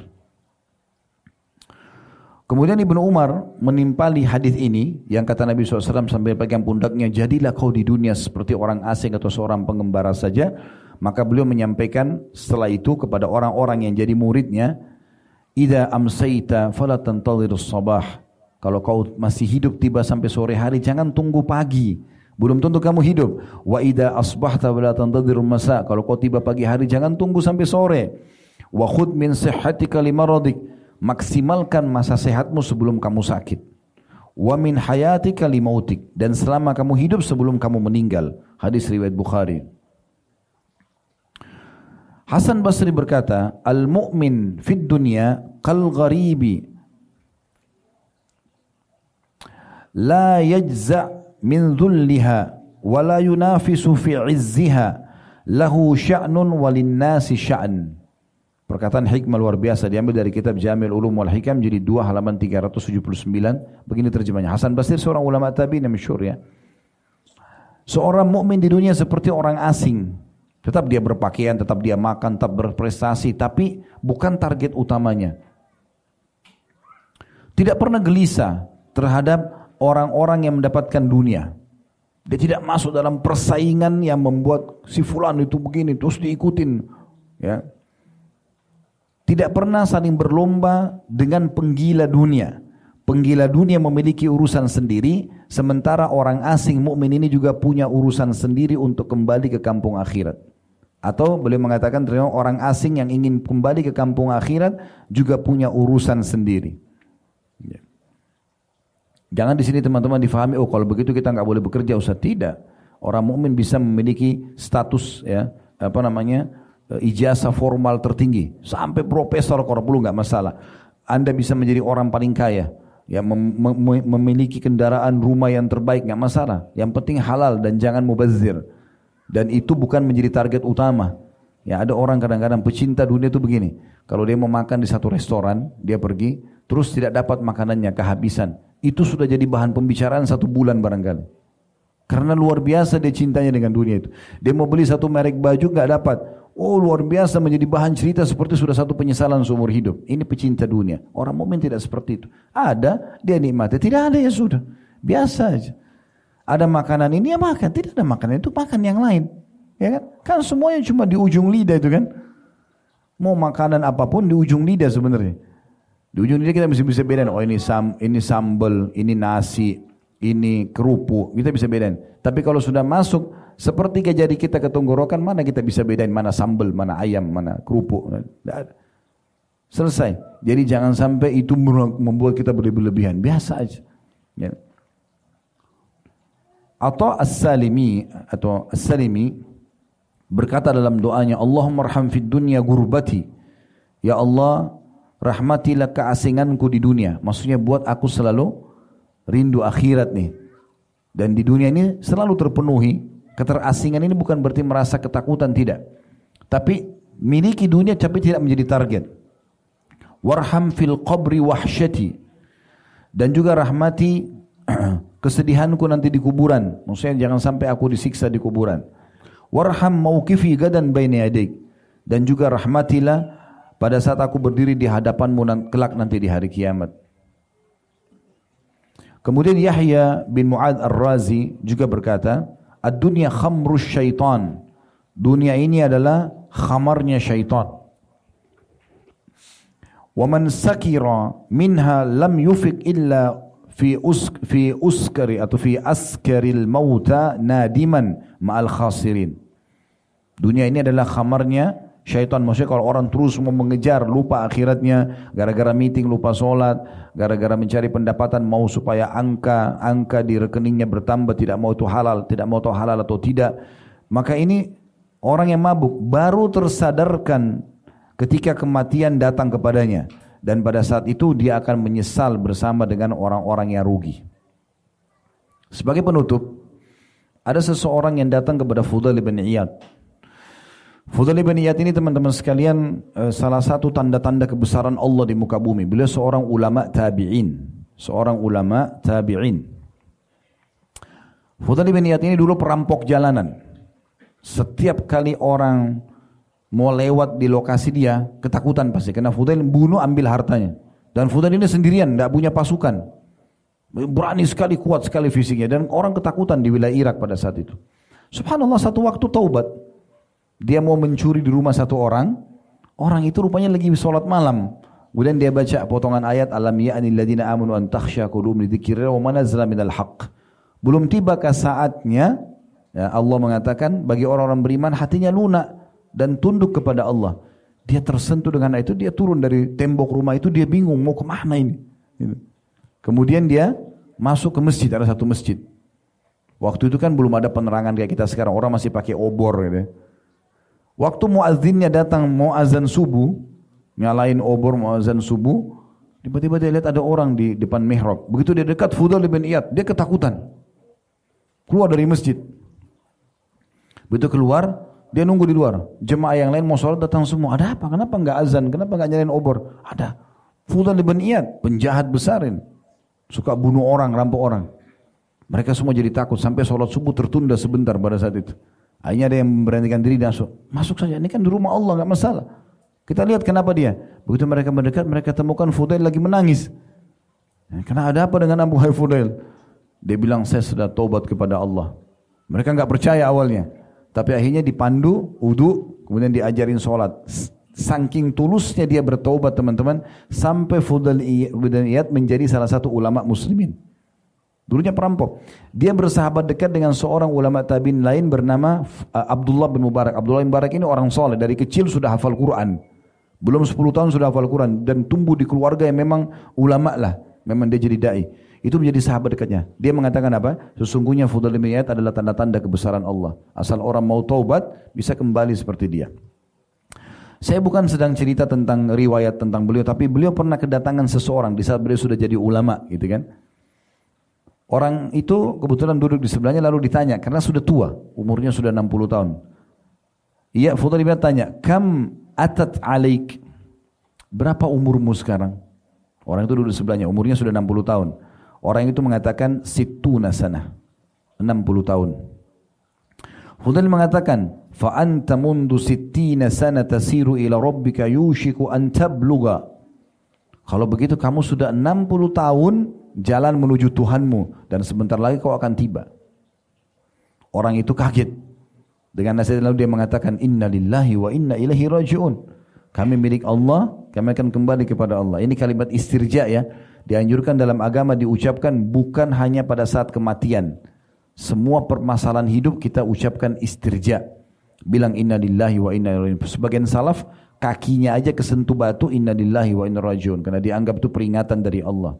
Kemudian Ibnu Umar menimpali hadis ini yang kata Nabi SAW sambil pegang pundaknya, jadilah kau di dunia seperti orang asing atau seorang pengembara saja. Maka beliau menyampaikan setelah itu kepada orang-orang yang jadi muridnya, idza amsayta fala tantadhirus sabah. Kalau kau masih hidup tiba sampai sore hari, jangan tunggu pagi. Belum tentu kamu hidup. Wa idza asbahta wala tantadhirul masa. Kalau kau tiba pagi hari jangan tunggu sampai sore. Wa khudh min sihhatika limaradik. Maksimalkan masa sehatmu sebelum kamu sakit. Wa min hayatika limautik. Dan selama kamu hidup sebelum kamu meninggal. Hadis riwayat Bukhari. Hasan Basri berkata, al-mu'min fid dunya kal gharibi la yajza' min dhulliha wa la yunafisu fi 'izziha lahu sya'nun walin nasi sya'an. Perkataan hikmah luar biasa diambil dari kitab Jamil Ulum wal Hikam jadi 2 halaman 379. Begini terjemahnya. Hasan Basri seorang ulama tabi'in yang masyhur, ya. Seorang mukmin di dunia seperti orang asing. Tetap dia berpakaian, tetap dia makan, tetap berprestasi, tapi bukan target utamanya. Tidak pernah gelisah terhadap orang-orang yang mendapatkan dunia. Dia tidak masuk dalam persaingan yang membuat si fulan itu begini terus diikutin, ya. Tidak pernah saling berlomba dengan penggila dunia. Penggila dunia memiliki urusan sendiri, sementara orang asing mukmin ini juga punya urusan sendiri untuk kembali ke kampung akhirat. Atau boleh mengatakan orang asing yang ingin kembali ke kampung akhirat juga punya urusan sendiri. Ya. Jangan di sini teman-teman difahami, oh kalau begitu kita nggak boleh bekerja, Ustaz. Tidak. Orang mukmin bisa memiliki status, ya, ijazah formal tertinggi sampai profesor kalau perlu nggak masalah. Anda bisa menjadi orang paling kaya, ya, memiliki kendaraan, rumah yang terbaik, nggak masalah. Yang penting halal dan jangan mubazir. Dan itu bukan menjadi target utama. Ya, ada orang kadang-kadang pecinta dunia itu begini. Kalau dia mau makan di satu restoran, dia pergi, terus tidak dapat makanannya, kehabisan. Itu sudah jadi bahan pembicaraan 1 bulan barangkali. Karena luar biasa dia cintanya dengan dunia itu. Dia mau beli satu merek baju, nggak dapat. Oh, luar biasa, menjadi bahan cerita seperti sudah satu penyesalan seumur hidup. Ini pecinta dunia. Orang mukmin tidak seperti itu. Ada, dia nikmati. Tidak ada, ya sudah. Biasa aja. Ada makanan ini, ya makan. Tidak ada makanan itu, makan yang lain. Ya kan? Kan semuanya cuma di ujung lidah itu kan. Mau makanan apapun di ujung lidah sebenarnya. Di ujung lidah kita bisa bedain. Oh, ini sambal, ini nasi, ini kerupuk. Kita bisa bedain. Tapi kalau sudah masuk sepertiga jari kita ke tenggorokan, mana kita bisa bedain mana sambal, mana ayam, mana kerupuk. Tidak ada. Selesai. Jadi jangan sampai itu membuat kita berlebihan. Biasa aja. Ya. Atau As-Salimi berkata dalam doanya, Allahumma arham fid dunya gurbati. Ya Allah, rahmatilah keasinganku di dunia. Maksudnya buat aku selalu rindu akhirat nih. Dan di dunia ini selalu terpenuhi. Keterasingan ini bukan berarti merasa ketakutan, tidak. Tapi miliki dunia tapi tidak menjadi target. Warham fil qabri wahsyati. Dan juga rahmati kesedihanku nanti di kuburan. Maksudnya jangan sampai aku disiksa di kuburan. Warham mauqifi gadan baina yadik. Dan juga rahmatilah pada saat aku berdiri di hadapanmu kelak nanti di hari kiamat. Kemudian Yahya bin Mu'adz Ar-Razi juga berkata, ad-dunya khamrus syaitan. Dunia ini adalah khamarnya syaitan. Wa man sakira minha lam yufik illa fi uskari atau fi askaril mauta nadiman ma'al khasirin. Dunia ini adalah khamarnya syaitan. Maksudnya kalau orang terus mau mengejar, lupa akhiratnya, gara-gara meeting lupa sholat, gara-gara mencari pendapatan mau supaya angka di rekeningnya bertambah, tidak mau itu halal, tidak mau tahu halal atau tidak. Maka ini orang yang mabuk baru tersadarkan ketika kematian datang kepadanya. Dan pada saat itu dia akan menyesal bersama dengan orang-orang yang rugi. Sebagai penutup, ada seseorang yang datang kepada Fudail bin Iyad. Fudail bin Iyad ini teman-teman sekalian salah satu tanda-tanda kebesaran Allah di muka bumi. Beliau seorang ulama tabi'in. Fudail bin Iyad ini dulu perampok jalanan. Setiap kali orang mau lewat di lokasi dia, ketakutan pasti. Karena Fudail bunuh, ambil hartanya. Dan Fudail ini sendirian, tidak punya pasukan. Berani sekali, kuat sekali fisiknya. Dan orang ketakutan di wilayah Irak pada saat itu. Subhanallah, satu waktu taubat. Dia mau mencuri di rumah satu orang. Orang itu rupanya lagi sholat malam. Kemudian dia baca potongan ayat, Alam ya'ni alladhina amanu an takhsha qulubuhum li dzikrillah wa ma nazala minal haqq. Belum tibakah saatnya, ya, Allah mengatakan bagi orang-orang beriman hatinya lunak dan tunduk kepada Allah. Dia tersentuh dengan itu, dia turun dari tembok rumah itu, dia bingung mau kemana ini. Kemudian dia masuk ke masjid, ada satu masjid. Waktu itu kan belum ada penerangan kayak kita sekarang, orang masih pakai obor gitu. Waktu muazzinnya datang mau azan subuh, nyalain obor mau azan subuh, tiba-tiba dia lihat ada orang di depan mihrab. Begitu dia dekat Fudail bin Iyad, dia ketakutan. Keluar dari masjid. Begitu keluar, dia nunggu di luar. Jemaah yang lain mau sholat datang semua. Ada apa? Kenapa enggak azan? Kenapa enggak nyalain obor? Ada. Fudail bin Iyad, penjahat besarin. Suka bunuh orang, rampok orang. Mereka semua jadi takut. Sampai sholat subuh tertunda sebentar pada saat itu. Akhirnya ada yang memberanikan diri masuk. Masuk saja, ini kan di rumah Allah, enggak masalah. Kita lihat kenapa dia. Begitu mereka mendekat, mereka temukan Fudail lagi menangis. Karena ada apa dengan Abu Fudail? Dia bilang, saya sudah taubat kepada Allah. Mereka nggak percaya awalnya, tapi akhirnya dipandu wudu, kemudian diajarin sholat. Saking tulusnya dia bertaubat teman-teman, sampai Fudail bin Iyad menjadi salah satu ulama muslimin. Dulunya perampok. Dia bersahabat dekat dengan seorang ulama tabi'in lain bernama Abdullah bin Mubarak. Abdullah bin Mubarak ini orang soleh, dari kecil sudah hafal Quran. Belum 10 tahun sudah hafal Quran dan tumbuh di keluarga yang memang ulama lah. Memang dia jadi dai. Itu menjadi sahabat dekatnya. Dia mengatakan apa? Sesungguhnya Fudail bin Iyad adalah tanda-tanda kebesaran Allah. Asal orang mau taubat bisa kembali seperti dia. Saya bukan sedang cerita tentang riwayat tentang beliau, tapi beliau pernah kedatangan seseorang di saat beliau sudah jadi ulama, gitu kan? Orang itu kebetulan duduk di sebelahnya lalu ditanya, karena sudah tua, umurnya sudah 60 tahun. Iya, Fudail bin Iyad tanya, "Kam atat alaik?" Berapa umurmu sekarang? Orang itu duduk di sebelahnya, umurnya sudah 60 tahun. Orang itu mengatakan, "Sittuna sanah." 60 tahun. Fudail mengatakan, "Fa anta mundu sittina sana tasiru ila rabbika yushiku an tabluga." Kalau begitu kamu sudah 60 tahun jalan menuju Tuhanmu dan sebentar lagi kau akan tiba. Orang itu kaget. Dengan nasihat lalu dia mengatakan, "Inna lillahi wa inna ilaihi raji'un." Kami milik Allah, kami akan kembali kepada Allah. Ini kalimat istirja ya. Dianjurkan dalam agama diucapkan bukan hanya pada saat kematian. Semua permasalahan hidup kita ucapkan istirja. Bilang inna lillahi wa inna ilaihi raji'un. Sebagian salaf kakinya aja kesentuh batu inna lillahi wa inna raji'un karena dianggap itu peringatan dari Allah.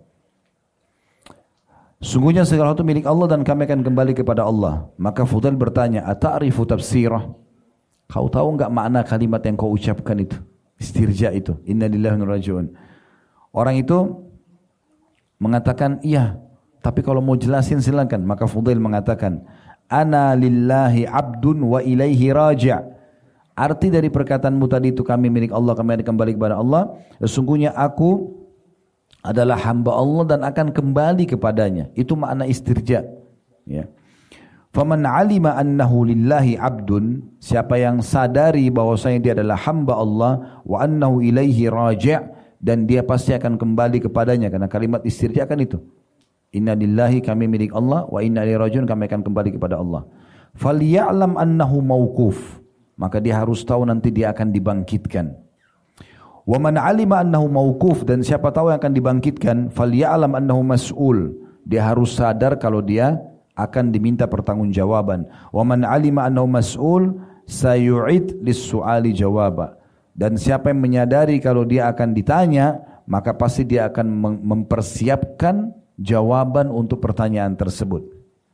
Sungguhnya segala sesuatu milik Allah dan kami akan kembali kepada Allah. Maka Fudail bertanya, "Ata'rifu tafsirah?" Kau tahu enggak makna kalimat yang kau ucapkan itu? Istirja itu, inna lillahi wa inna ilaihi raji'un. Orang itu mengatakan, "Iya, tapi kalau mau jelasin silakan." Maka Fudail mengatakan, "Ana lillahi abdun wa ilaihi raji'." Arti dari perkataanmu tadi itu kami milik Allah, kami akan kembali kepada Allah. Sesungguhnya aku adalah hamba Allah dan akan kembali kepadanya. Itu makna istirja. Ya. Faman alima annahu lillahi abdun, siapa yang sadari bahwasanya dia adalah hamba Allah, wa annahu ilaihi raji', dan dia pasti akan kembali kepadanya karena kalimat istirja kan itu. Inna lillahi kami milik Allah wa inna ilaihi raji'un kami akan kembali kepada Allah. Falya'lam annahu mauquf, maka dia harus tahu nanti dia akan dibangkitkan. Wa man 'alima annahu mauquf, dan siapa tahu yang akan dibangkitkan, falya'lam annahu mas'ul, dia harus sadar kalau dia akan diminta pertanggungjawaban. Wa man 'alima annahu mas'ul sayu'id lis-su'ali jawaba, dan siapa yang menyadari kalau dia akan ditanya, maka pasti dia akan mempersiapkan jawaban untuk pertanyaan tersebut.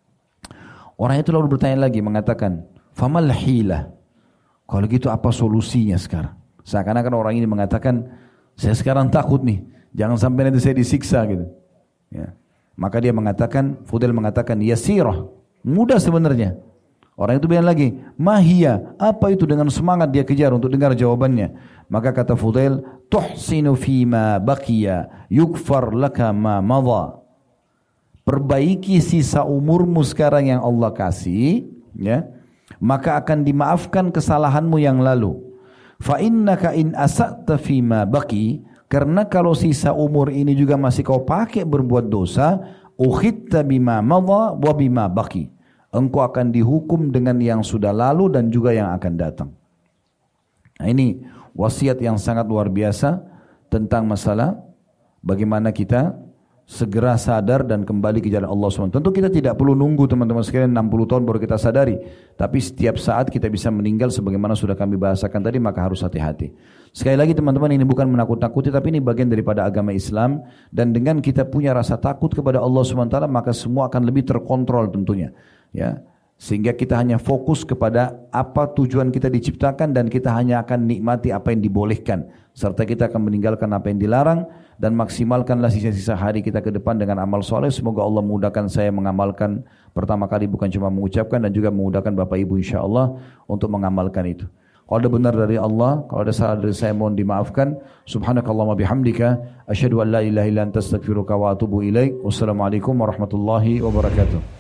Orang itu lalu bertanya lagi mengatakan, "Famal hilah?" Kalau gitu apa solusinya sekarang? Seakan-akan orang ini mengatakan, "Saya sekarang takut nih, jangan sampai nanti saya disiksa," gitu. Ya. Maka dia mengatakan, Fudail mengatakan, "Yasirah," mudah sebenarnya. Orang itu bilang lagi, "Mahia," apa itu? Dengan semangat dia kejar untuk dengar jawabannya. Maka kata Fudail, "Tuhsinu fima baqiya yukfar laka ma madha." Perbaiki sisa umurmu sekarang yang Allah kasih, ya, maka akan dimaafkan kesalahanmu yang lalu. Fa innaka in asa'ta fima baqi, karena kalau sisa umur ini juga masih kau pakai berbuat dosa, ukhitta bima madha wa bima baqi, engkau akan dihukum dengan yang sudah lalu dan juga yang akan datang. Nah, ini wasiat yang sangat luar biasa tentang masalah bagaimana kita segera sadar dan kembali ke jalan Allah SWT. Tentu kita tidak perlu nunggu teman-teman sekalian 60 tahun baru kita sadari. Tapi setiap saat kita bisa meninggal sebagaimana sudah kami bahasakan tadi, maka harus hati-hati. Sekali lagi teman-teman, ini bukan menakut-nakuti, tapi ini bagian daripada agama Islam. Dan dengan kita punya rasa takut kepada Allah SWT, maka semua akan lebih terkontrol tentunya. Ya, sehingga kita hanya fokus kepada apa tujuan kita diciptakan dan kita hanya akan nikmati apa yang dibolehkan. Serta kita akan meninggalkan apa yang dilarang. Dan maksimalkanlah sisa-sisa hari kita ke depan dengan amal soleh. Semoga Allah memudahkan saya mengamalkan, pertama kali bukan cuma mengucapkan, dan juga memudahkan Bapak Ibu insyaAllah untuk mengamalkan itu. Kalau ada benar dari Allah, kalau ada salah dari saya mohon dimaafkan. Subhanakallahumma bihamdika asyhadu an la ilaha illa anta astaghfiruka wa atubu ilaik. Wassalamualaikum warahmatullahi wabarakatuh.